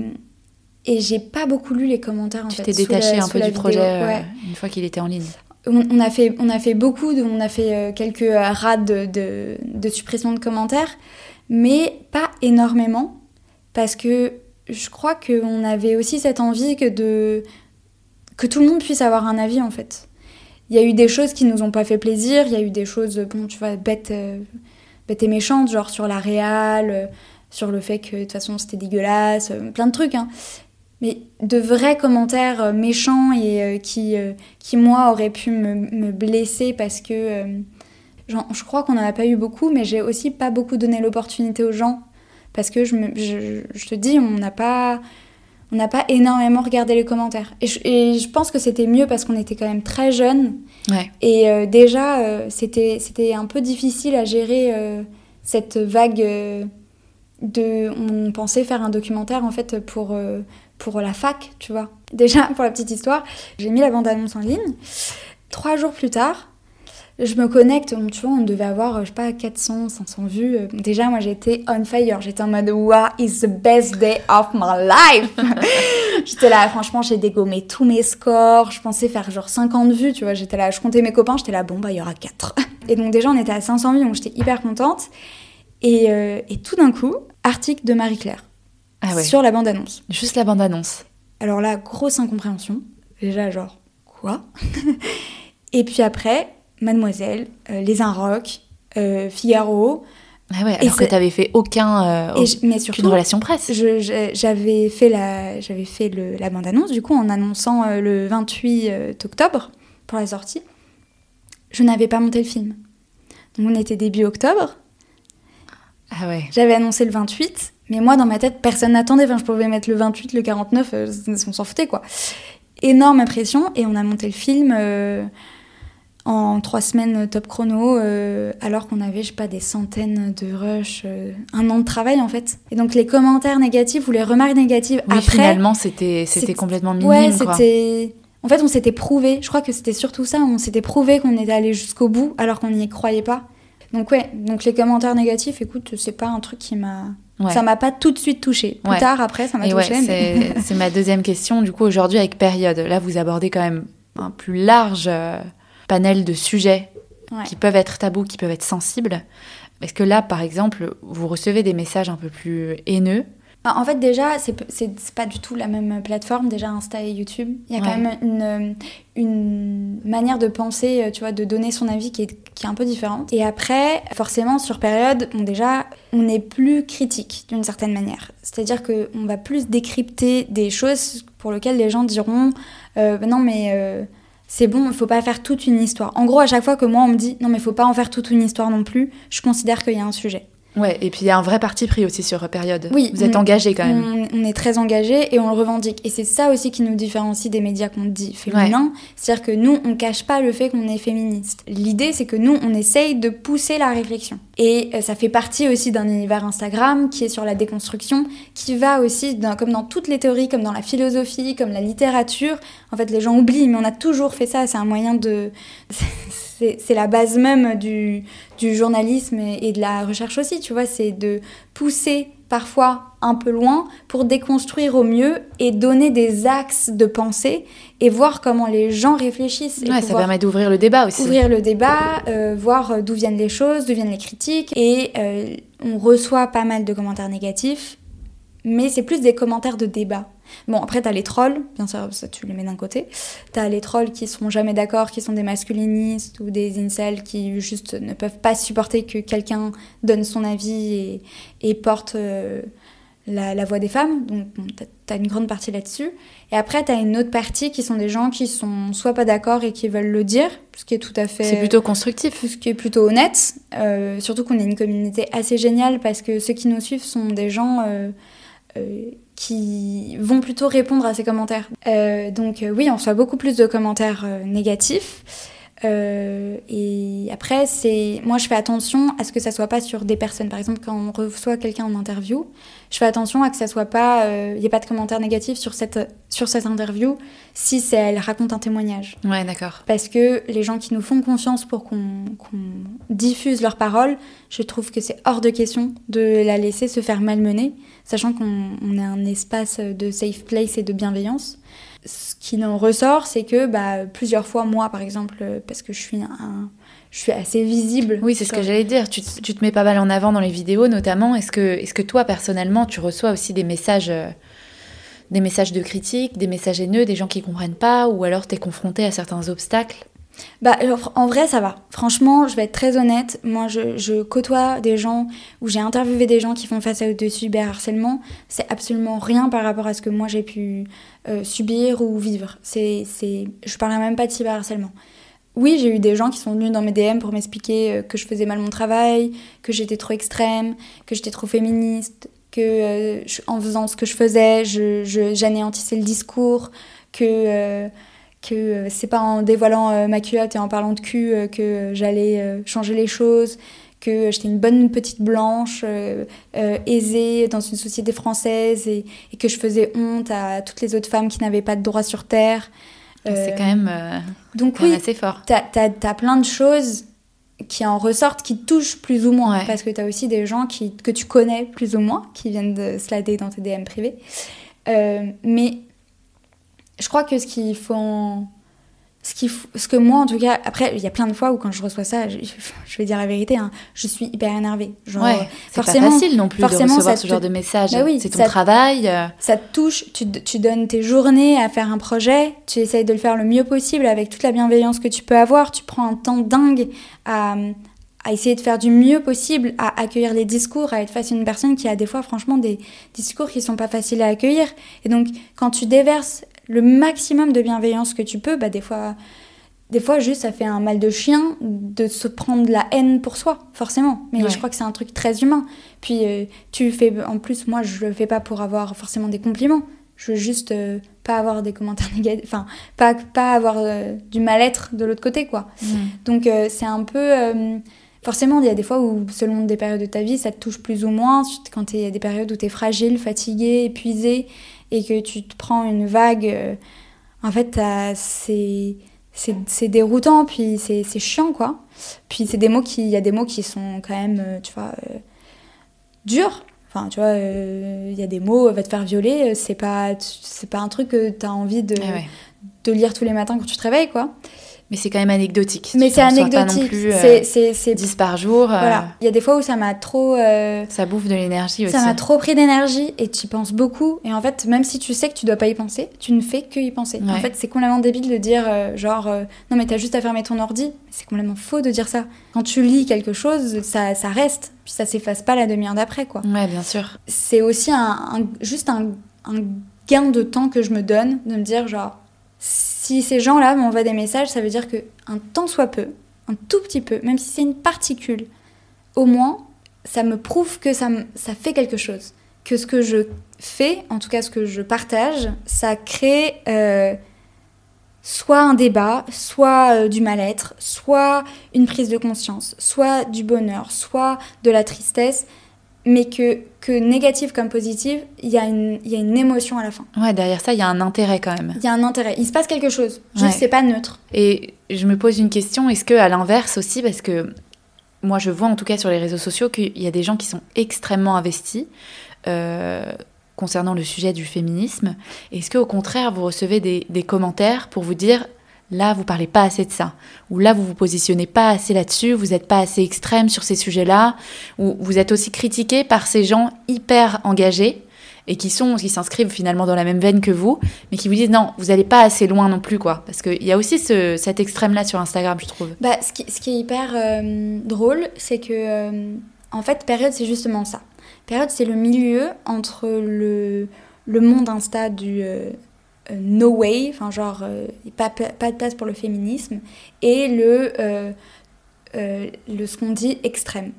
et j'ai pas beaucoup lu les commentaires en tu fait. Tu t'es détachée un peu du vidéo. projet euh, ouais. une fois qu'il était en ligne. On, on, a fait, on a fait beaucoup, de, on a fait euh, quelques euh, rats de, de, de suppression de commentaires, mais pas énormément. Parce que je crois qu'on avait aussi cette envie que, de... que tout le monde puisse avoir un avis, en fait. Il y a eu des choses qui nous ont pas fait plaisir, il y a eu des choses, bon, tu vois, bêtes, euh, bêtes et méchantes, genre sur la réal, euh, sur le fait que, de toute façon, c'était dégueulasse, euh, plein de trucs, hein. Mais de vrais commentaires euh, méchants et euh, qui, euh, qui, moi, auraient pu me, me blesser parce que... Euh, genre, je crois qu'on n'en a pas eu beaucoup, mais j'ai aussi pas beaucoup donné l'opportunité aux gens. Parce que je, me, je, je te dis, on n'a pas, on n'a pas énormément regardé les commentaires. Et je, et je pense que c'était mieux parce qu'on était quand même très jeunes. Ouais. Et euh, déjà, euh, c'était, c'était un peu difficile à gérer euh, cette vague euh, de... On pensait faire un documentaire, en fait, pour, euh, pour la fac, tu vois. Déjà, pour la petite histoire, j'ai mis la bande-annonce en ligne. Trois jours plus tard, je me connecte, tu vois, on devait avoir, je sais pas, quatre cents, cinq cents vues. Déjà, moi, j'étais on fire. J'étais en mode, what is the best day of my life? J'étais là, franchement, j'ai dégommé tous mes scores. Je pensais faire genre cinquante vues, tu vois. J'étais là, je comptais mes copains, j'étais là, bon, bah, il y aura quatre. Et donc, déjà, on était à cinq cents vues, donc j'étais hyper contente. Et, euh, et tout d'un coup, article de Marie-Claire. Ah ouais. Sur la bande-annonce. Juste la bande-annonce. Alors là, grosse incompréhension. Déjà, genre, quoi? Et puis après... Mademoiselle, euh, Les Inrocks, euh, Figaro. Ah ouais, alors que tu n'avais fait aucun, euh, je, mais surtout, aucune relation presse. Je, je, j'avais fait, la, j'avais fait le, la bande-annonce, du coup, en annonçant euh, le vingt-huit octobre pour la sortie. Je n'avais pas monté le film. Donc on était début octobre. Ah ouais. J'avais annoncé le vingt-huit, mais moi, dans ma tête, personne n'attendait. Enfin, je pouvais mettre le vingt-huit, le quarante-neuf, euh, on s'en foutait, quoi. Énorme pression, et on a monté le film... Euh, en trois semaines top chrono, euh, alors qu'on avait, je sais pas, des centaines de rushs, euh, un an de travail en fait. Et donc les commentaires négatifs ou les remarques négatives oui, après... finalement, c'était, c'était, c'était complètement minime, ouais, quoi. C'était... En fait, on s'était prouvé, je crois que c'était surtout ça, on s'était prouvé qu'on était allé jusqu'au bout, alors qu'on n'y croyait pas. Donc ouais, donc les commentaires négatifs, écoute, c'est pas un truc qui m'a... Ouais. Ça m'a pas tout de suite touchée. Plus ouais. tard, après, ça m'a Et touchée. Ouais, mais... c'est, c'est ma deuxième question, du coup, aujourd'hui, avec Période. Là, vous abordez quand même un plus large... Euh... panel de sujets ouais. qui peuvent être tabous, qui peuvent être sensibles. Est-ce que là, par exemple, vous recevez des messages un peu plus haineux ? En fait, déjà, c'est, c'est, c'est pas du tout la même plateforme, déjà Insta et YouTube. Il y a ouais. quand même une, une manière de penser, tu vois, de donner son avis qui est, qui est un peu différente. Et après, forcément, sur Période, bon, déjà, on est plus critique d'une certaine manière. C'est-à-dire qu'on va plus décrypter des choses pour lesquelles les gens diront euh, « non, mais... Euh, c'est bon, il faut pas faire toute une histoire. » En gros, à chaque fois que moi, on me dit « non, mais il faut pas en faire toute une histoire non plus », je considère qu'il y a un sujet. Ouais, et puis il y a un vrai parti pris aussi sur Période. Oui. Vous êtes on, engagés quand même. On, on est très engagés et on le revendique. Et c'est ça aussi qui nous différencie des médias qu'on dit féminins. Ouais. C'est-à-dire que nous, on cache pas le fait qu'on est féministe. L'idée, c'est que nous, on essaye de pousser la réflexion. Et euh, ça fait partie aussi d'un univers Instagram qui est sur la déconstruction, qui va aussi, dans, comme dans toutes les théories, comme dans la philosophie, comme la littérature. En fait, les gens oublient, mais on a toujours fait ça. C'est un moyen de... C'est, c'est la base même du, du journalisme et, et de la recherche aussi, tu vois. C'est de pousser parfois un peu loin pour déconstruire au mieux et donner des axes de pensée et voir comment les gens réfléchissent. Et ouais, ça permet d'ouvrir le débat aussi. Ouvrir le débat, euh, voir d'où viennent les choses, d'où viennent les critiques. Et euh, on reçoit pas mal de commentaires négatifs, mais c'est plus des commentaires de débat. Bon, après, t'as les trolls, bien sûr, ça, tu les mets d'un côté. T'as les trolls qui seront jamais d'accord, qui sont des masculinistes ou des incels qui juste ne peuvent pas supporter que quelqu'un donne son avis et, et porte euh, la, la voix des femmes. Donc, bon, t'as, t'as une grande partie là-dessus. Et après, t'as une autre partie qui sont des gens qui sont soit pas d'accord et qui veulent le dire, ce qui est tout à fait... C'est plutôt constructif. Ce qui est plutôt honnête. Euh, surtout qu'on est une communauté assez géniale parce que ceux qui nous suivent sont des gens... Euh, euh, qui vont plutôt répondre à ces commentaires. Euh, donc euh, oui, on reçoit beaucoup plus de commentaires euh, négatifs. Euh, et après, c'est... moi, je fais attention à ce que ça soit pas sur des personnes. Par exemple, quand on reçoit quelqu'un en interview, je fais attention à que ça soit pas... Il euh, n'y ait pas de commentaires négatifs sur cette, sur cette interview si c'est, elle raconte un témoignage. Ouais, d'accord. Parce que les gens qui nous font confiance pour qu'on, qu'on diffuse leurs paroles, je trouve que c'est hors de question de la laisser se faire malmener, sachant qu'on on est un espace de safe place et de bienveillance. Ce qui en ressort, c'est que bah, plusieurs fois, moi, par exemple, parce que je suis, un, je suis assez visible. Oui, c'est ce que j'allais dire. Tu, tu te mets pas mal en avant dans les vidéos, notamment. Est-ce que, est-ce que toi, personnellement, tu reçois aussi des messages, euh, des messages de critique, des messages haineux, des gens qui comprennent pas, ou alors t'es confronté à certains obstacles ? Bah, alors, en vrai, ça va. Franchement, je vais être très honnête. Moi, je, je côtoie des gens où j'ai interviewé des gens qui font face à de cyberharcèlement. C'est absolument rien par rapport à ce que moi, j'ai pu euh, subir ou vivre. C'est, c'est... Je parlerai même pas de cyberharcèlement. Oui, j'ai eu des gens qui sont venus dans mes D M pour m'expliquer que je faisais mal mon travail, que j'étais trop extrême, que j'étais trop féministe, que euh, je, en faisant ce que je faisais, je, je, j'anéantissais le discours, que... Euh, que euh, c'est pas en dévoilant euh, ma culotte et en parlant de cul euh, que euh, j'allais euh, changer les choses, que euh, j'étais une bonne petite blanche euh, euh, aisée dans une société française et, et que je faisais honte à toutes les autres femmes qui n'avaient pas de droit sur terre. Euh, c'est quand même, euh, donc quand même oui, assez fort. T'as, t'as, t'as plein de choses qui en ressortent, qui touchent plus ou moins, ouais. Parce que t'as aussi des gens qui, que tu connais plus ou moins, qui viennent de slader dans tes D M privés. Euh, mais... Je crois que ce qu'il faut en... ce, qui, ce que moi, en tout cas, après, il y a plein de fois où quand je reçois ça, je, je vais dire la vérité, hein, je suis hyper énervée. Genre, ouais, c'est pas facile non plus de recevoir ce te... genre de message. Bah oui, c'est ton ça, travail. Ça te touche, tu, tu donnes tes journées à faire un projet, tu essayes de le faire le mieux possible avec toute la bienveillance que tu peux avoir, tu prends un temps dingue à, à essayer de faire du mieux possible, à accueillir les discours, à être face à une personne qui a des fois, franchement, des discours qui sont pas faciles à accueillir. Et donc, quand tu déverses le maximum de bienveillance que tu peux, bah des fois, des fois juste ça fait un mal de chien de se prendre la haine pour soi, forcément. Mais ouais. Je crois que c'est un truc très humain. Puis euh, tu fais, en plus, moi je le fais pas pour avoir forcément des compliments. Je veux juste euh, pas avoir des commentaires négatifs, enfin pas pas avoir euh, du mal-être de l'autre côté, quoi. Mmh. Donc euh, c'est un peu euh, forcément, il y a des fois où, selon des périodes de ta vie, ça te touche plus ou moins. Quand il y a des périodes où t'es fragile, fatigué, épuisé, et que tu te prends une vague, euh, en fait, c'est, c'est, c'est déroutant, puis c'est, c'est chiant, quoi. Puis c'est des mots qui, il y a des mots qui sont quand même, euh, tu vois, euh, durs. Enfin, tu vois, il euh, y a des mots, va te faire violer, c'est pas, c'est pas un truc que t'as envie de, eh ouais. de lire tous les matins quand tu te réveilles, quoi. Mais c'est quand même anecdotique. Mais c'est anecdotique. Pas non plus, euh, c'est, c'est, c'est... dix par jour. Euh... Voilà. Il y a des fois où ça m'a trop... Euh... Ça bouffe de l'énergie aussi. Ça m'a trop pris d'énergie et tu y penses beaucoup. Et en fait, même si tu sais que tu dois pas y penser, tu ne fais que y penser. Ouais. En fait, c'est complètement débile de dire euh, genre... Euh, non, mais t'as juste à fermer ton ordi. C'est complètement faux de dire ça. Quand tu lis quelque chose, ça, ça reste. Puis ça s'efface pas la demi-heure d'après, quoi. Ouais, bien sûr. C'est aussi un, un, juste un, un gain de temps que je me donne de me dire genre... Si ces gens-là m'envoient des messages, ça veut dire qu'un tant soit peu, un tout petit peu, même si c'est une particule, au moins, ça me prouve que ça, me, ça fait quelque chose. Que ce que je fais, en tout cas ce que je partage, ça crée euh, soit un débat, soit euh, du mal-être, soit une prise de conscience, soit du bonheur, soit de la tristesse, mais que, que négative comme positive, il y a une, il y a une émotion à la fin. Ouais, derrière ça, il y a un intérêt quand même. Il y a un intérêt. Il se passe quelque chose. Juste, ouais. C'est pas neutre. Et je me pose une question, est-ce qu'à l'inverse aussi, parce que moi, je vois en tout cas sur les réseaux sociaux qu'il y a des gens qui sont extrêmement investis euh, concernant le sujet du féminisme. Est-ce qu'au contraire, vous recevez des, des commentaires pour vous dire... Là, vous parlez pas assez de ça. Ou là, vous vous positionnez pas assez là-dessus, vous êtes pas assez extrême sur ces sujets-là. Ou vous êtes aussi critiqué par ces gens hyper engagés et qui sont, qui s'inscrivent finalement dans la même veine que vous, mais qui vous disent non, vous allez pas assez loin non plus, quoi. Parce qu'il y a aussi ce, cet extrême-là sur Instagram, je trouve. Bah, ce qui, ce qui est hyper euh, drôle, c'est que, euh, en fait, période, c'est justement ça. Période, c'est le milieu entre le, le monde Insta du... Euh, no way, enfin genre euh, pas, pas de place pour le féminisme, et le, euh, euh, le ce qu'on dit extrême.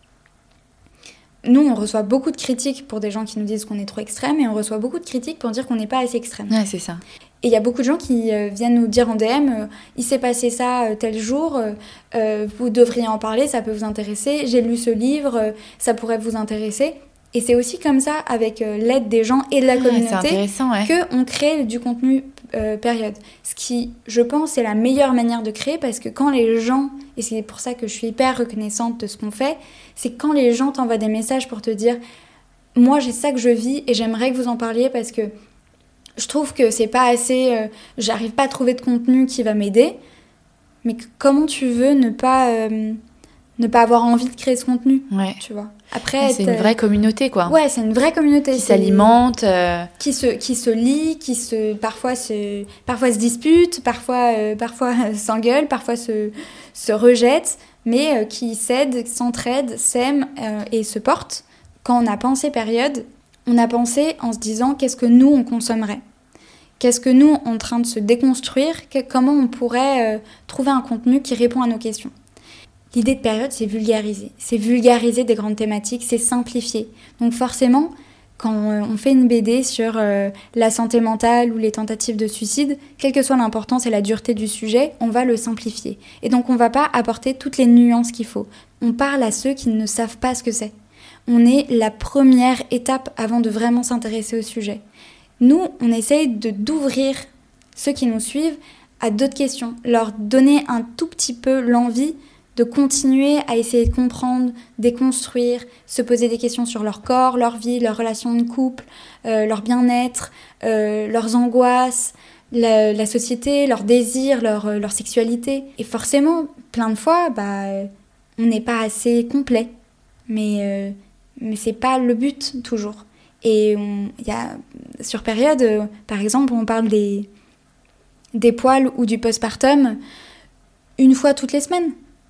Nous, on reçoit beaucoup de critiques pour des gens qui nous disent qu'on est trop extrême, et on reçoit beaucoup de critiques pour dire qu'on n'est pas assez extrême. Ouais, c'est ça. Et il y a beaucoup de gens qui euh, viennent nous dire en D M euh, il s'est passé ça euh, tel jour, euh, euh, vous devriez en parler, ça peut vous intéresser, j'ai lu ce livre, euh, ça pourrait vous intéresser. Et c'est aussi comme ça, avec euh, l'aide des gens et de la communauté, ouais, qu'on crée du contenu euh, période. Ce qui, je pense, est la meilleure manière de créer, parce que quand les gens, et c'est pour ça que je suis hyper reconnaissante de ce qu'on fait, c'est quand les gens t'envoient des messages pour te dire « Moi, j'ai ça que je vis et j'aimerais que vous en parliez parce que je trouve que c'est pas assez... Euh, j'arrive pas à trouver de contenu qui va m'aider. » Mais comment tu veux ne pas... Euh, ne pas avoir envie de créer ce contenu, ouais. Tu vois. Après, ouais, c'est une vraie communauté, quoi. Ouais, c'est une vraie communauté. Qui c'est... s'alimente. Euh... Qui, se, qui se lie, qui se, parfois, se, parfois se dispute, parfois, euh, parfois s'engueule, parfois se, se rejette, mais euh, qui s'aide, s'entraide, s'aime euh, et se porte. Quand on a pensé période, on a pensé en se disant qu'est-ce que nous, on consommerait. Qu'est-ce que nous, en train de se déconstruire, que, comment on pourrait euh, trouver un contenu qui répond à nos questions. L'idée de période, c'est vulgariser. C'est vulgariser des grandes thématiques, c'est simplifier. Donc forcément, quand on fait une B D sur euh, la santé mentale ou les tentatives de suicide, quelle que soit l'importance et la dureté du sujet, on va le simplifier. Et donc on ne va pas apporter toutes les nuances qu'il faut. On parle à ceux qui ne savent pas ce que c'est. On est la première étape avant de vraiment s'intéresser au sujet. Nous, on essaye de, d'ouvrir ceux qui nous suivent à d'autres questions, leur donner un tout petit peu l'envie de continuer à essayer de comprendre, déconstruire, se poser des questions sur leur corps, leur vie, leurs relations de couple, euh, leur bien-être, euh, leurs angoisses, la, la société, leurs désirs, leur, leur sexualité. Et forcément, plein de fois, bah, on n'est pas assez complet. Mais, euh, mais c'est pas le but, toujours. Et on, y a, sur période, euh, par exemple, on parle des, des poils ou du postpartum une fois toutes les semaines.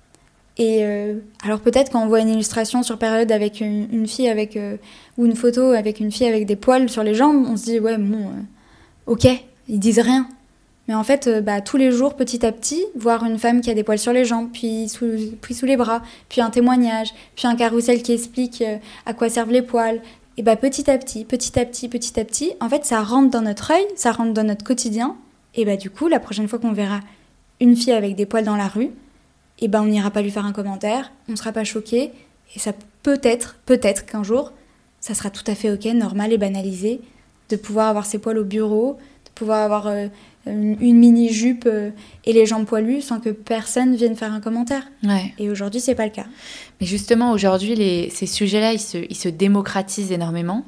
Et euh, alors peut-être quand on voit une illustration sur période avec une, une fille avec, euh, ou une photo avec une fille avec des poils sur les jambes, on se dit ouais bon, euh, ok, ils disent rien. Mais en fait, euh, bah, tous les jours, petit à petit, voir une femme qui a des poils sur les jambes, puis sous, puis sous les bras, puis un témoignage, puis un carrousel qui explique euh, à quoi servent les poils, et bah petit à petit, petit à petit, petit à petit, en fait, ça rentre dans notre œil, ça rentre dans notre quotidien, et bah du coup, la prochaine fois qu'on verra une fille avec des poils dans la rue, et bah on n'ira pas lui faire un commentaire, on ne sera pas choqué, et ça peut-être, peut-être qu'un jour, ça sera tout à fait ok, normal et banalisé, de pouvoir avoir ses poils au bureau, de pouvoir avoir... Euh, une, une mini-jupe euh, et les jambes poilues sans que personne vienne faire un commentaire. Ouais. Et aujourd'hui, c'est pas le cas. Mais justement, aujourd'hui, les, ces sujets-là, ils se, ils se démocratisent énormément.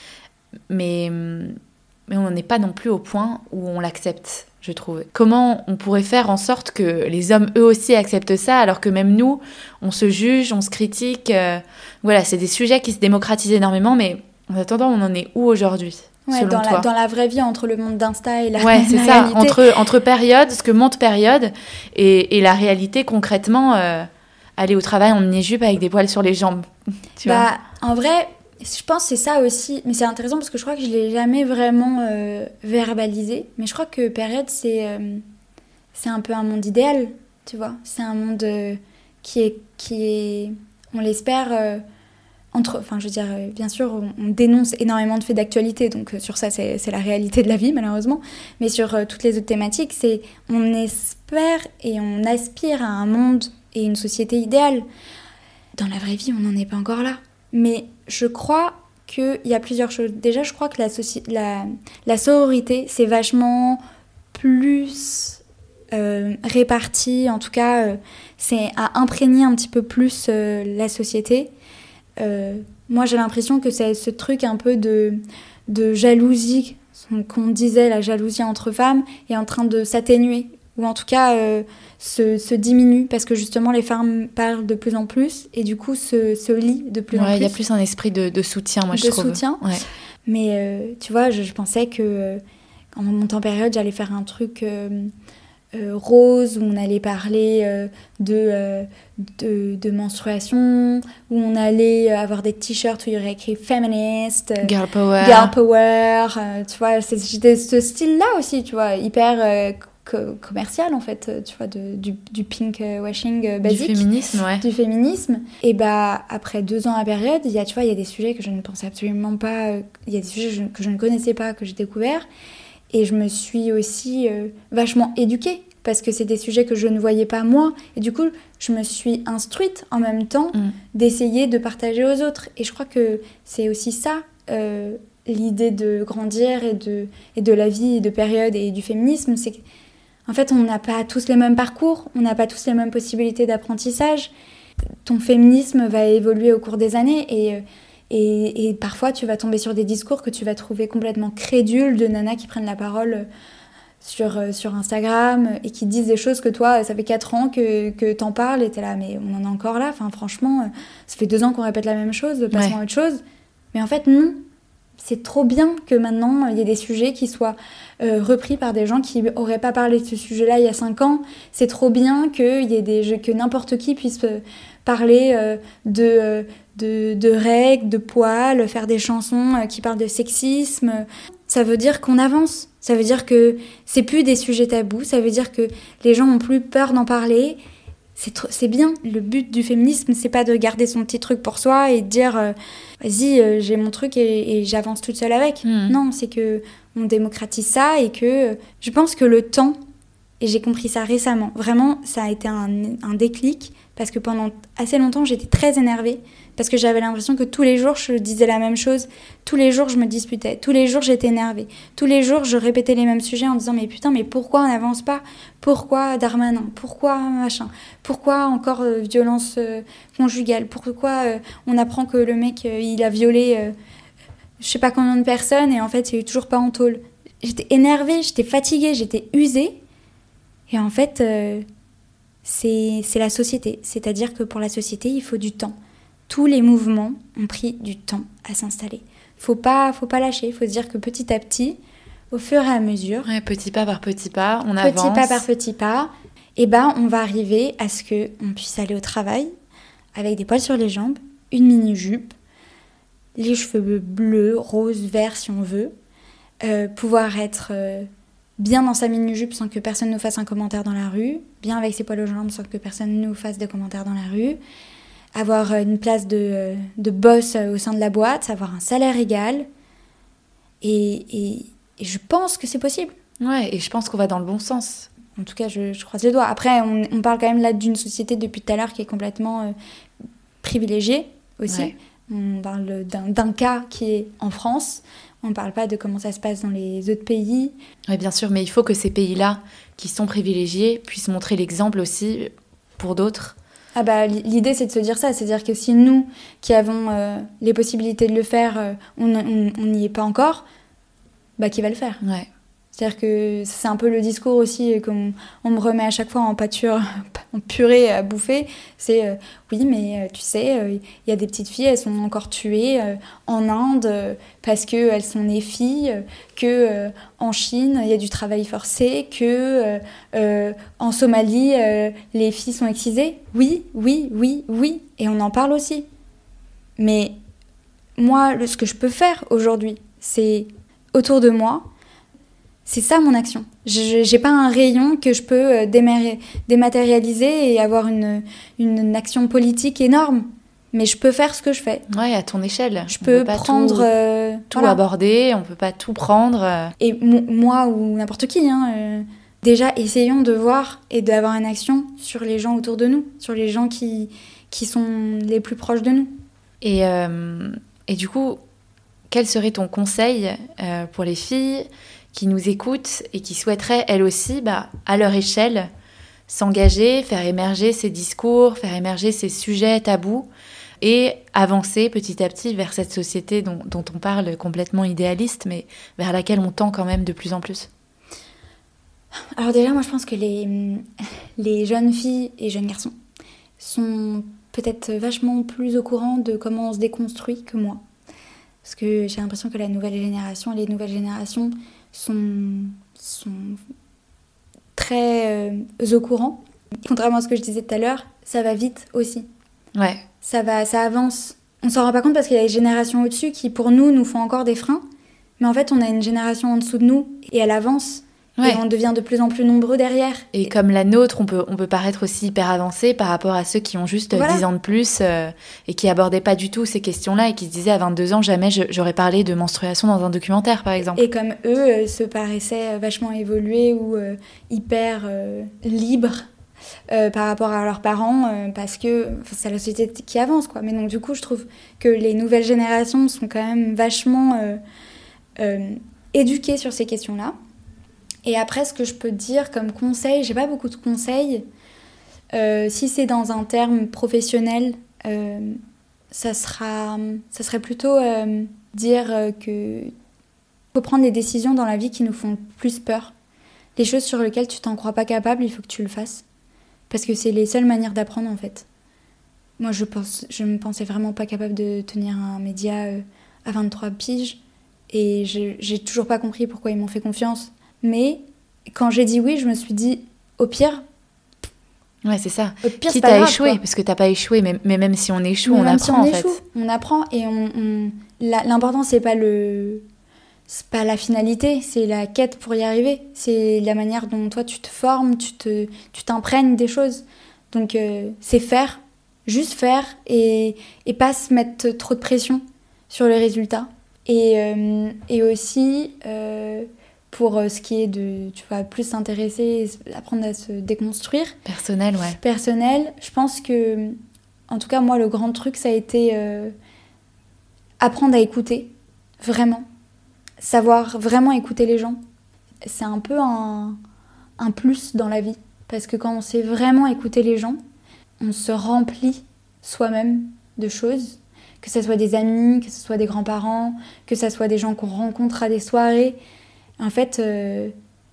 Mais, mais on n'est pas non plus au point où on l'accepte, je trouve. Comment on pourrait faire en sorte que les hommes, eux aussi, acceptent ça, alors que même nous, on se juge, on se critique. Euh, voilà, c'est des sujets qui se démocratisent énormément, mais en attendant, on en est où aujourd'hui ? Ouais, dans la, dans la vraie vie, entre le monde d'Insta et la, ouais, c'est la ça, réalité. Entre, entre périodes, ce que montre période, et, et la réalité, concrètement, euh, aller au travail en mini-jupe avec des poils sur les jambes. Tu bah, vois en vrai, je pense que c'est ça aussi. Mais c'est intéressant parce que je crois que je ne l'ai jamais vraiment euh, verbalisé. Mais je crois que période, c'est, euh, c'est un peu un monde idéal, tu vois. C'est un monde euh, qui, est, qui est, on l'espère... Euh, Entre, enfin, je veux dire, bien sûr, on, on dénonce énormément de faits d'actualité, donc euh, sur ça, c'est, c'est la réalité de la vie, malheureusement. Mais sur euh, toutes les autres thématiques, c'est on espère et on aspire à un monde et une société idéale. Dans la vraie vie, on n'en est pas encore là. Mais je crois qu'il y a plusieurs choses. Déjà, je crois que la, soci- la, la sororité, c'est vachement plus euh, réparti. En tout cas, euh, c'est à imprégner un petit peu plus euh, la société. Euh, moi j'ai l'impression que c'est ce truc un peu de, de jalousie qu'on disait, la jalousie entre femmes est en train de s'atténuer ou en tout cas euh, se, se diminue parce que justement les femmes parlent de plus en plus et du coup se, se lient de plus ouais, en plus. Il y a plus un esprit de, de soutien, moi je de trouve. De soutien, ouais. Mais euh, tu vois, je, je pensais que euh, en montant période j'allais faire un truc... Euh, Euh, rose, où on allait parler euh, de, euh, de, de menstruation, où on allait avoir des t-shirts où il y aurait écrit féministe, euh, girl power, girl power euh, tu vois, c'est, c'était ce style-là aussi, tu vois, hyper euh, co- commercial en fait, tu vois, de, du, du pink washing euh, basique. Du féminisme, ouais. Du féminisme. Et bah, après deux ans à période, il y a, tu vois, il y a des sujets que je ne pensais absolument pas, il euh, y a des sujets que je ne connaissais pas, que j'ai découverts. Et je me suis aussi euh, vachement éduquée parce que c'est des sujets que je ne voyais pas moi. Et du coup, je me suis instruite en même temps mm. d'essayer de partager aux autres. Et je crois que c'est aussi ça, euh, l'idée de grandir et de, et de la vie et de période et du féminisme. C'est qu'en fait, on n'a pas tous les mêmes parcours, on n'a pas tous les mêmes possibilités d'apprentissage. Ton féminisme va évoluer au cours des années et... Euh, Et, et parfois, tu vas tomber sur des discours que tu vas trouver complètement crédules de nanas qui prennent la parole sur, sur Instagram et qui disent des choses que toi, ça fait quatre ans que, que t'en parles et t'es là, mais on en est encore là. Enfin, franchement, ça fait deux ans qu'on répète la même chose, passons ouais. à autre chose. Mais en fait, non. C'est trop bien que maintenant, il y ait des sujets qui soient euh, repris par des gens qui n'auraient pas parlé de ce sujet-là il y a cinq ans. C'est trop bien qu'il y ait des jeux, que n'importe qui puisse euh, parler euh, de... Euh, De, de règles, de poils, faire des chansons qui parlent de sexisme. Ça veut dire qu'on avance. Ça veut dire que c'est plus des sujets tabous. Ça veut dire que les gens ont plus peur d'en parler. C'est, trop, c'est bien. Le but du féminisme, c'est pas de garder son petit truc pour soi et de dire euh, vas-y, euh, j'ai mon truc et, et j'avance toute seule avec. Mmh. Non, c'est que on démocratise ça et que euh, je pense que le temps, et j'ai compris ça récemment, vraiment, ça a été un, un déclic parce que pendant assez longtemps, j'étais très énervée parce que j'avais l'impression que tous les jours, je disais la même chose. Tous les jours, je me disputais. Tous les jours, j'étais énervée. Tous les jours, je répétais les mêmes sujets en disant « Mais putain, mais pourquoi on n'avance pas ? Pourquoi Darmanin ? Pourquoi machin ? Pourquoi encore euh, violence euh, conjugale ? Pourquoi euh, on apprend que le mec, euh, il a violé euh, je sais pas combien de personnes et en fait, il est toujours pas en tôle ?» j'étais énervée, j'étais fatiguée, j'étais usée. Et en fait, euh, c'est, c'est la société. C'est-à-dire que pour la société, il faut du temps. Tous les mouvements ont pris du temps à s'installer. Faut pas, faut pas lâcher. Il faut se dire que petit à petit, au fur et à mesure... Ouais, petit pas par petit pas, on petit avance. Petit pas par petit pas, et ben, on va arriver à ce qu'on puisse aller au travail avec des poils sur les jambes, une mini-jupe, les cheveux bleus, roses, verts si on veut, euh, pouvoir être euh, bien dans sa mini-jupe sans que personne nous fasse un commentaire dans la rue, bien avec ses poils aux jambes sans que personne nous fasse des commentaires dans la rue, avoir une place de, de boss au sein de la boîte, avoir un salaire égal, et, et, et je pense que c'est possible. Ouais, et je pense qu'on va dans le bon sens. En tout cas, je, je croise les doigts. Après, on, on parle quand même là d'une société depuis tout à l'heure qui est complètement euh, privilégiée aussi. Ouais. On parle d'un, d'un cas qui est en France. On ne parle pas de comment ça se passe dans les autres pays. Oui, bien sûr, mais il faut que ces pays-là, qui sont privilégiés, puissent montrer l'exemple aussi pour d'autres. Ah bah, l'idée, c'est de se dire ça. C'est-à-dire que si nous, qui avons euh, les possibilités de le faire, euh, on n'y est pas encore, bah qui va le faire ? Ouais. C'est-à-dire que c'est un peu le discours aussi qu'on on me remet à chaque fois en pâture, en purée à bouffer. C'est euh, oui, mais euh, tu sais, il euh, y a des petites filles, elles sont encore tuées euh, en Inde euh, parce qu'elles sont nées filles, euh, que euh, en Chine, il y a du travail forcé, que euh, euh, en Somalie, euh, les filles sont excisées. Oui, oui, oui, oui. Et on en parle aussi. Mais moi, le, ce que je peux faire aujourd'hui, c'est autour de moi. C'est ça mon action. Je n'ai pas un rayon que je peux démé- dématérialiser et avoir une, une action politique énorme. Mais je peux faire ce que je fais. Ouais, à ton échelle. Je peux prendre... Tout, euh, tout voilà. aborder, on ne peut pas tout prendre. Et m- moi ou n'importe qui, hein, euh, déjà essayons de voir et d'avoir une action sur les gens autour de nous, sur les gens qui, qui sont les plus proches de nous. Et, euh, et du coup, quel serait ton conseil euh, pour les filles qui nous écoutent et qui souhaiteraient, elles aussi, bah, à leur échelle, s'engager, faire émerger ces discours, faire émerger ces sujets tabous et avancer petit à petit vers cette société dont, dont on parle complètement idéaliste, mais vers laquelle on tend quand même de plus en plus. Alors déjà, moi je pense que les, les jeunes filles et jeunes garçons sont peut-être vachement plus au courant de comment on se déconstruit que moi. Parce que j'ai l'impression que la nouvelle génération, les nouvelles générations sont, sont très euh, au courant. Contrairement à ce que je disais tout à l'heure, ça va vite aussi. Ouais. Ça va, ça avance. On s'en rend pas compte parce qu'il y a des générations au-dessus qui, pour nous, nous font encore des freins. Mais en fait, on a une génération en dessous de nous et elle avance. Ouais. Et on devient de plus en plus nombreux derrière. Et comme la nôtre, on peut, on peut paraître aussi hyper avancé par rapport à ceux qui ont juste voilà. dix ans de plus euh, et qui abordaient pas du tout ces questions-là et qui se disaient à vingt-deux ans, jamais je, j'aurais parlé de menstruation dans un documentaire, par exemple. Et comme eux euh, se paraissaient vachement évolués ou euh, hyper euh, libres euh, par rapport à leurs parents, euh, parce que c'est la société qui avance, quoi. Mais donc, du coup, je trouve que les nouvelles générations sont quand même vachement euh, euh, éduquées sur ces questions-là. Et après, ce que je peux te dire comme conseil, j'ai pas beaucoup de conseils. Euh, si c'est dans un terme professionnel, euh, ça sera, ça serait plutôt euh, dire que faut prendre des décisions dans la vie qui nous font plus peur. Les choses sur lesquelles tu t'en crois pas capable, il faut que tu le fasses. Parce que c'est les seules manières d'apprendre, en fait. Moi, je pense, je me pensais vraiment pas capable de tenir un média euh, à vingt-trois piges. Et je, j'ai toujours pas compris pourquoi ils m'ont fait confiance. Mais quand j'ai dit oui, je me suis dit, au pire... Ouais, c'est ça. Au pire, Quitte c'est pas à grave, échouer, quoi. parce que t'as pas échoué, mais, mais même si on échoue, mais on même apprend, si on en échoue, fait. On apprend et on... on la, l'important, c'est pas le... C'est pas la finalité, c'est la quête pour y arriver. C'est la manière dont toi, tu te formes, tu, te, tu t'imprègnes des choses. Donc, euh, c'est faire, juste faire, et, et pas se mettre trop de pression sur les résultats. Et, euh, et aussi... Euh, pour ce qui est de, tu vois, plus s'intéresser, apprendre à se déconstruire. Personnel, ouais. Personnel, je pense que, en tout cas, moi, le grand truc, ça a été euh, apprendre à écouter, vraiment. Savoir vraiment écouter les gens. C'est un peu un, un plus dans la vie. Parce que quand on sait vraiment écouter les gens, on se remplit soi-même de choses. Que ce soit des amis, que ce soit des grands-parents, que ce soit des gens qu'on rencontre à des soirées. En fait, euh,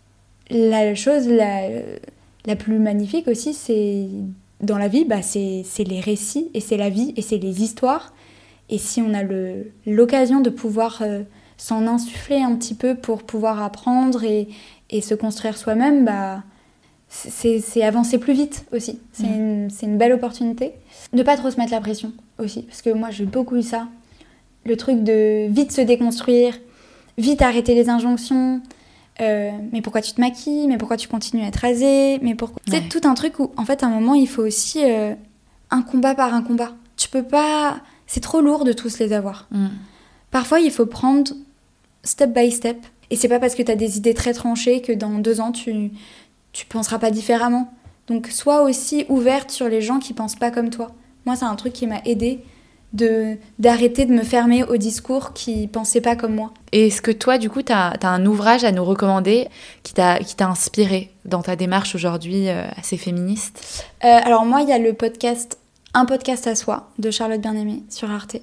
la chose la, la plus magnifique aussi, c'est dans la vie, bah, c'est, c'est les récits, et c'est la vie, et c'est les histoires. Et si on a le, l'occasion de pouvoir euh, s'en insuffler un petit peu pour pouvoir apprendre et, et se construire soi-même, bah, c'est, c'est avancer plus vite aussi. C'est, mmh. une, c'est une belle opportunité. Ne pas trop se mettre la pression aussi, parce que moi j'ai beaucoup eu ça. Le truc de vite se déconstruire, vite arrêter les injonctions. Euh, mais pourquoi tu te maquilles ? Mais pourquoi tu continues à être rasée ? Mais pourquoi... Ouais. C'est tout un truc où, en fait, à un moment, il faut aussi euh, un combat par un combat. Tu peux pas... C'est trop lourd de tous les avoir. Mm. Parfois, il faut prendre step by step. Et c'est pas parce que t'as des idées très tranchées que dans deux ans, tu, tu penseras pas différemment. Donc, sois aussi ouverte sur les gens qui pensent pas comme toi. Moi, c'est un truc qui m'a aidée. De, d'arrêter de me fermer aux discours qui pensaient pas comme moi. Et est-ce que toi, du coup, t'as, t'as un ouvrage à nous recommander qui t'a, qui t'a inspiré dans ta démarche aujourd'hui euh, assez féministe ? euh, Alors moi, il y a le podcast « Un podcast à soi » de Charlotte Bien-Aimée sur Arte,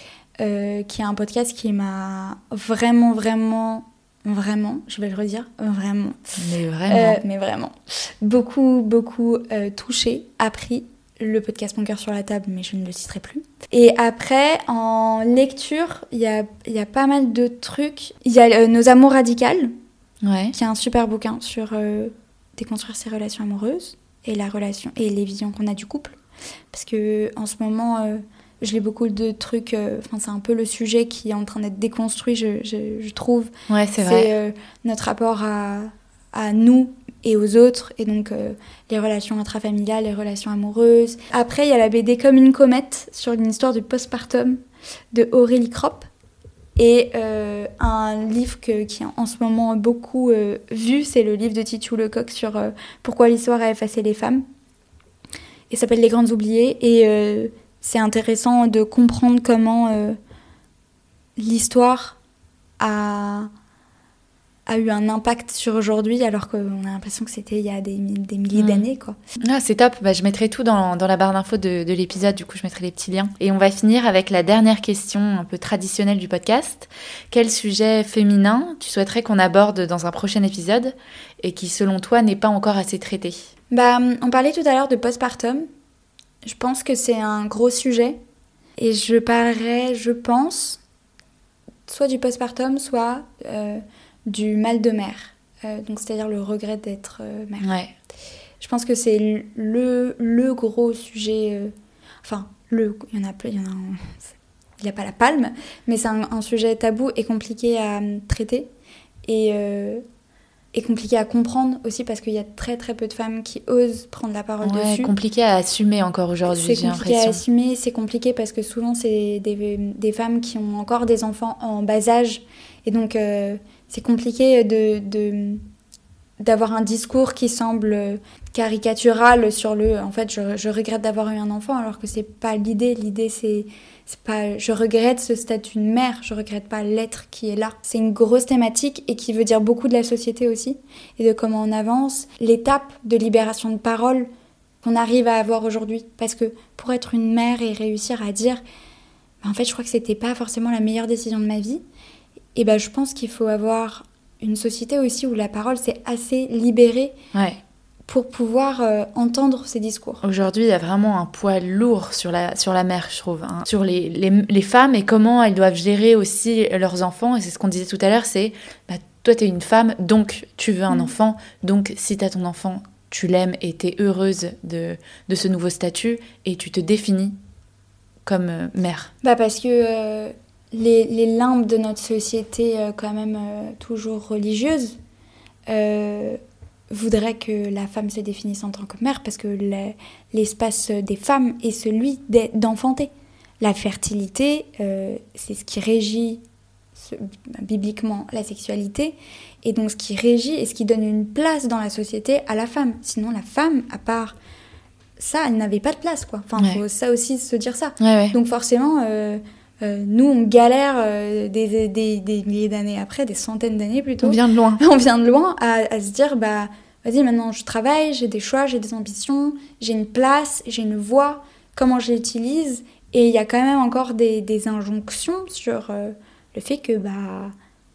euh, qui est un podcast qui m'a vraiment, vraiment, vraiment, je vais le redire, vraiment, mais vraiment, euh, mais vraiment, beaucoup, beaucoup euh, touchée, appris. Le podcast Mon cœur sur la table, mais je ne le citerai plus. Et après, en lecture, il y a, y a pas mal de trucs. Il y a euh, Nos amours radicales, ouais. qui est un super bouquin sur euh, déconstruire ses relations amoureuses et, la relation, et les visions qu'on a du couple. Parce qu'en ce moment, euh, je lis beaucoup de trucs... Enfin, euh, c'est un peu le sujet qui est en train d'être déconstruit, je, je, je trouve. Ouais, c'est, c'est vrai. C'est euh, notre rapport à, à nous et aux autres, et donc euh, les relations intrafamiliales, les relations amoureuses. Après, il y a la B D Comme une comète, sur une histoire du postpartum de Aurélie Kropp, et euh, un livre que, qui est en ce moment beaucoup euh, vu, c'est le livre de Titu Lecoq sur euh, Pourquoi l'histoire a effacé les femmes. Il s'appelle Les Grandes Oubliées, et euh, c'est intéressant de comprendre comment euh, l'histoire a... a eu un impact sur aujourd'hui, alors qu'on a l'impression que c'était il y a des, des milliers mmh. d'années, quoi. Ah, c'est top. Bah, je mettrai tout dans, dans la barre d'infos de, de l'épisode, du coup je mettrai les petits liens. Et on va finir avec la dernière question un peu traditionnelle du podcast. Quel sujet féminin tu souhaiterais qu'on aborde dans un prochain épisode et qui, selon toi, n'est pas encore assez traité ? Bah, on parlait tout à l'heure de postpartum. Je pense que c'est un gros sujet. Et je parlerai, je pense, soit du postpartum, soit... Euh, du mal de mère, euh, donc c'est-à-dire le regret d'être euh, mère. Ouais. Je pense que c'est le, le gros sujet, euh, enfin, le, il y en a plein, il y en a, il n'y a pas la palme, mais c'est un, un sujet tabou et compliqué à traiter, et, euh, et compliqué à comprendre aussi, parce qu'il y a très très peu de femmes qui osent prendre la parole ouais, dessus. C'est compliqué à assumer encore aujourd'hui, c'est j'ai compliqué l'impression. à assumer, c'est compliqué parce que souvent c'est des, des femmes qui ont encore des enfants en bas âge, et donc... Euh, c'est compliqué de, de, d'avoir un discours qui semble caricatural sur le... En fait, je, je regrette d'avoir eu un enfant, alors que c'est pas l'idée. L'idée, c'est, c'est pas... Je regrette ce statut de mère, je regrette pas l'être qui est là. C'est une grosse thématique et qui veut dire beaucoup de la société aussi, et de comment on avance. L'étape de libération de parole qu'on arrive à avoir aujourd'hui. Parce que pour être une mère et réussir à dire... En fait, je crois que c'était pas forcément la meilleure décision de ma vie. Et ben, je pense qu'il faut avoir une société aussi où la parole s'est assez libérée ouais. pour pouvoir euh, entendre ces discours. Aujourd'hui, il y a vraiment un poids lourd sur la, sur la mère, je trouve, hein. Sur les, les, les femmes et comment elles doivent gérer aussi leurs enfants. Et c'est ce qu'on disait tout à l'heure, c'est bah, toi, t'es une femme, donc tu veux un mmh. enfant. Donc, si t'as ton enfant, tu l'aimes et t'es heureuse de, de ce nouveau statut et tu te définis comme euh, mère. Bah parce que... Euh... Les, les limbes de notre société, euh, quand même euh, toujours religieuse, euh, voudraient que la femme se définisse en tant que mère, parce que la, l'espace des femmes est celui d'enfanter. La fertilité, euh, c'est ce qui régit ce, bibliquement la sexualité, et donc ce qui régit et ce qui donne une place dans la société à la femme. Sinon, la femme, à part ça, elle n'avait pas de place, quoi. Enfin, ouais. faut ça aussi se dire ça. Ouais, ouais. Donc forcément... Euh, Euh, nous, on galère euh, des, des, des milliers d'années après, des centaines d'années plutôt. On vient de loin. On vient de loin à, à se dire, bah, vas-y, maintenant je travaille, j'ai des choix, j'ai des ambitions, j'ai une place, j'ai une voix, comment je l'utilise. Et il y a quand même encore des, des injonctions sur euh, le fait que, bah,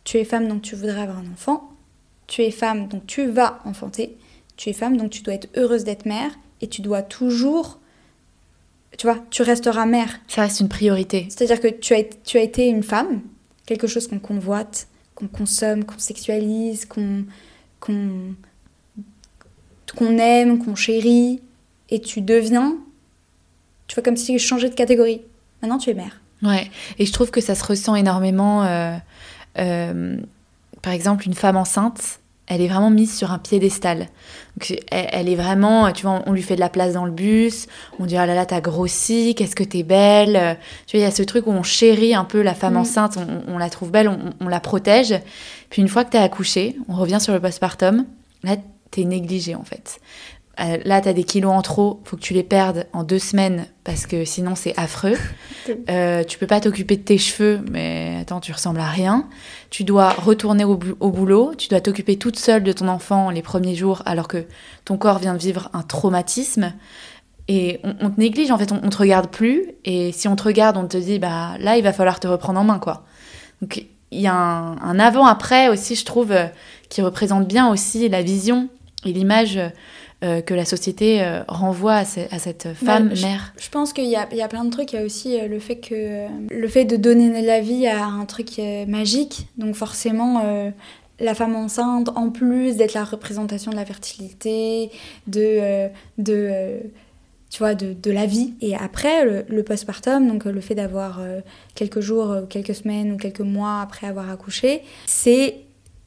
Tu es femme, donc tu voudrais avoir un enfant. Tu es femme, donc tu vas enfanter. Tu es femme, donc tu dois être heureuse d'être mère. Et tu dois toujours... Tu vois, tu resteras mère. Ça reste une priorité. C'est-à-dire que tu as, tu as été une femme, quelque chose qu'on convoite, qu'on consomme, qu'on sexualise, qu'on, qu'on, qu'on aime, qu'on chérit. Et tu deviens... Tu vois, comme si tu changeais de catégorie. Maintenant, tu es mère. Ouais, et je trouve que ça se ressent énormément. Euh, euh, par exemple, une femme enceinte, elle est vraiment mise sur un piédestal. Donc, elle, elle est vraiment, tu vois, on lui fait de la place dans le bus, on dit « Ah là là, t'as grossi, qu'est-ce que t'es belle ?» Tu vois, il y a ce truc où on chérit un peu la femme mmh. enceinte, on, on la trouve belle, on, on la protège. Puis une fois que t'as accouché, on revient sur le postpartum, là, t'es négligée en fait. Euh, là, t'as des kilos en trop, faut que tu les perdes en deux semaines parce que sinon c'est affreux. Euh, tu peux pas t'occuper de tes cheveux, mais attends, tu ressembles à rien. Tu dois retourner au, au boulot, tu dois t'occuper toute seule de ton enfant les premiers jours alors que ton corps vient de vivre un traumatisme. Et on, on te néglige, en fait, on, on te regarde plus. Et si on te regarde, on te dit, bah là, il va falloir te reprendre en main, quoi. Donc il y a un, un avant-après aussi, je trouve, euh, qui représente bien aussi la vision et l'image. Euh, que la société euh, renvoie à, ce, à cette femme, bah, mère. Je, je pense qu'il y a, il y a plein de trucs. Il y a aussi euh, le fait que euh, le fait de donner la vie à un truc euh, magique. Donc forcément, euh, la femme enceinte, en plus d'être la représentation de la fertilité, de, euh, de, euh, tu vois, de, de la vie. Et après, le, le postpartum, donc euh, le fait d'avoir euh, quelques jours, ou quelques semaines ou quelques mois après avoir accouché, c'est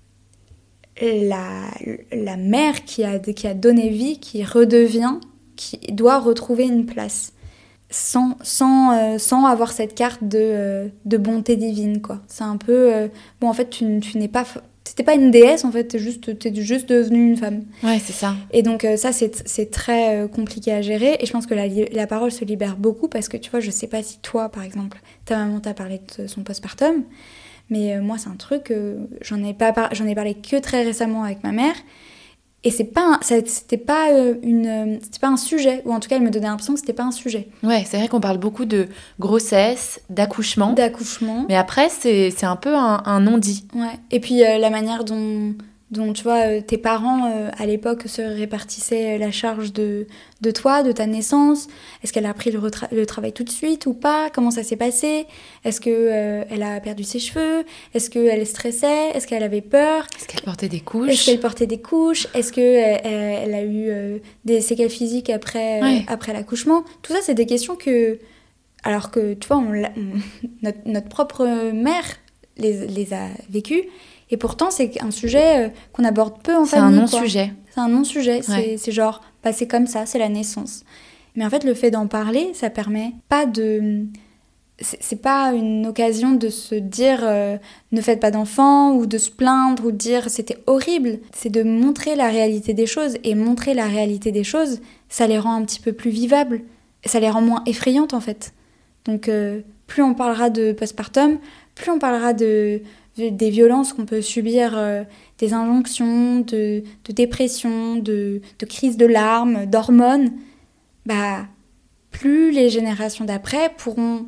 La, la mère qui a, qui a donné vie, qui redevient, qui doit retrouver une place sans, sans, euh, sans avoir cette carte de, euh, de bonté divine, quoi. C'est un peu... Euh, bon, en fait, tu, tu n'es pas... T'es pas une déesse, en fait, t'es juste, t'es juste devenue une femme. Ouais, c'est ça. Et donc, euh, ça, c'est, c'est très euh, compliqué à gérer. Et je pense que la, la parole se libère beaucoup parce que, tu vois, je sais pas si toi, par exemple, ta maman t'a parlé de son postpartum. Mais euh, moi, c'est un truc, euh, j'en ai pas par... j'en ai parlé que très récemment avec ma mère. Et c'est pas un... c'était, pas, euh, une... c'était pas un sujet. Ou en tout cas, elle me donnait l'impression que c'était pas un sujet. Ouais, c'est vrai qu'on parle beaucoup de grossesse, d'accouchement. D'accouchement. Mais après, c'est, c'est un peu un, un non-dit. Ouais. Et puis, euh, la manière dont... dont, tu vois, euh, tes parents, euh, à l'époque, se répartissaient la charge de, de toi, de ta naissance. Est-ce qu'elle a pris le, retra- le travail tout de suite ou pas ? Comment ça s'est passé ? Est-ce qu'elle euh, a perdu ses cheveux ? Est-ce qu'elle stressait ? Est-ce qu'elle avait peur ? Est-ce qu'elle portait des couches ? Est-ce qu'elle portait des couches ? Est-ce qu'elle elle a eu euh, des séquelles physiques après, ouais. euh, après l'accouchement ? Tout ça, c'est des questions que... Alors que, tu vois, on on, notre, notre propre mère les, les a vécues. Et pourtant, c'est un sujet euh, qu'on aborde peu en c'est famille. C'est un non-sujet. C'est un non-sujet. Ouais. C'est, c'est genre, bah, c'est comme ça, c'est la naissance. Mais en fait, le fait d'en parler, ça permet pas de... C'est, c'est pas une occasion de se dire euh, ne faites pas d'enfants ou de se plaindre ou de dire c'était horrible. C'est de montrer la réalité des choses. Et montrer la réalité des choses, ça les rend un petit peu plus vivables. Ça les rend moins effrayantes, en fait. Donc, euh, plus on parlera de postpartum, plus on parlera de... des violences qu'on peut subir, euh, des injonctions, de, de dépression, de, de crise de larmes, d'hormones, bah, plus les générations d'après pourront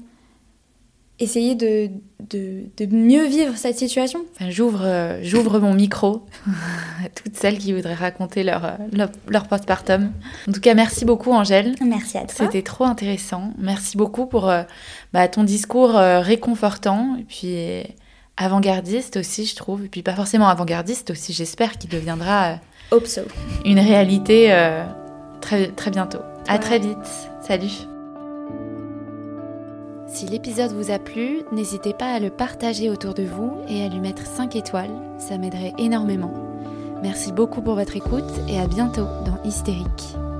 essayer de, de, de mieux vivre cette situation. Enfin, j'ouvre, euh, j'ouvre mon micro à toutes celles qui voudraient raconter leur, leur, leur postpartum. En tout cas, merci beaucoup, Angèle. Merci à toi. C'était trop intéressant. Merci beaucoup pour euh, bah, ton discours euh, réconfortant et puis... avant-gardiste aussi, je trouve. Et puis pas forcément avant-gardiste aussi, j'espère qu'il deviendra euh, Hope so. une réalité euh, très, très bientôt. À ouais. très vite. Salut. Si l'épisode vous a plu, n'hésitez pas à le partager autour de vous et à lui mettre cinq étoiles, ça m'aiderait énormément. Merci beaucoup pour votre écoute et à bientôt dans Hystérique.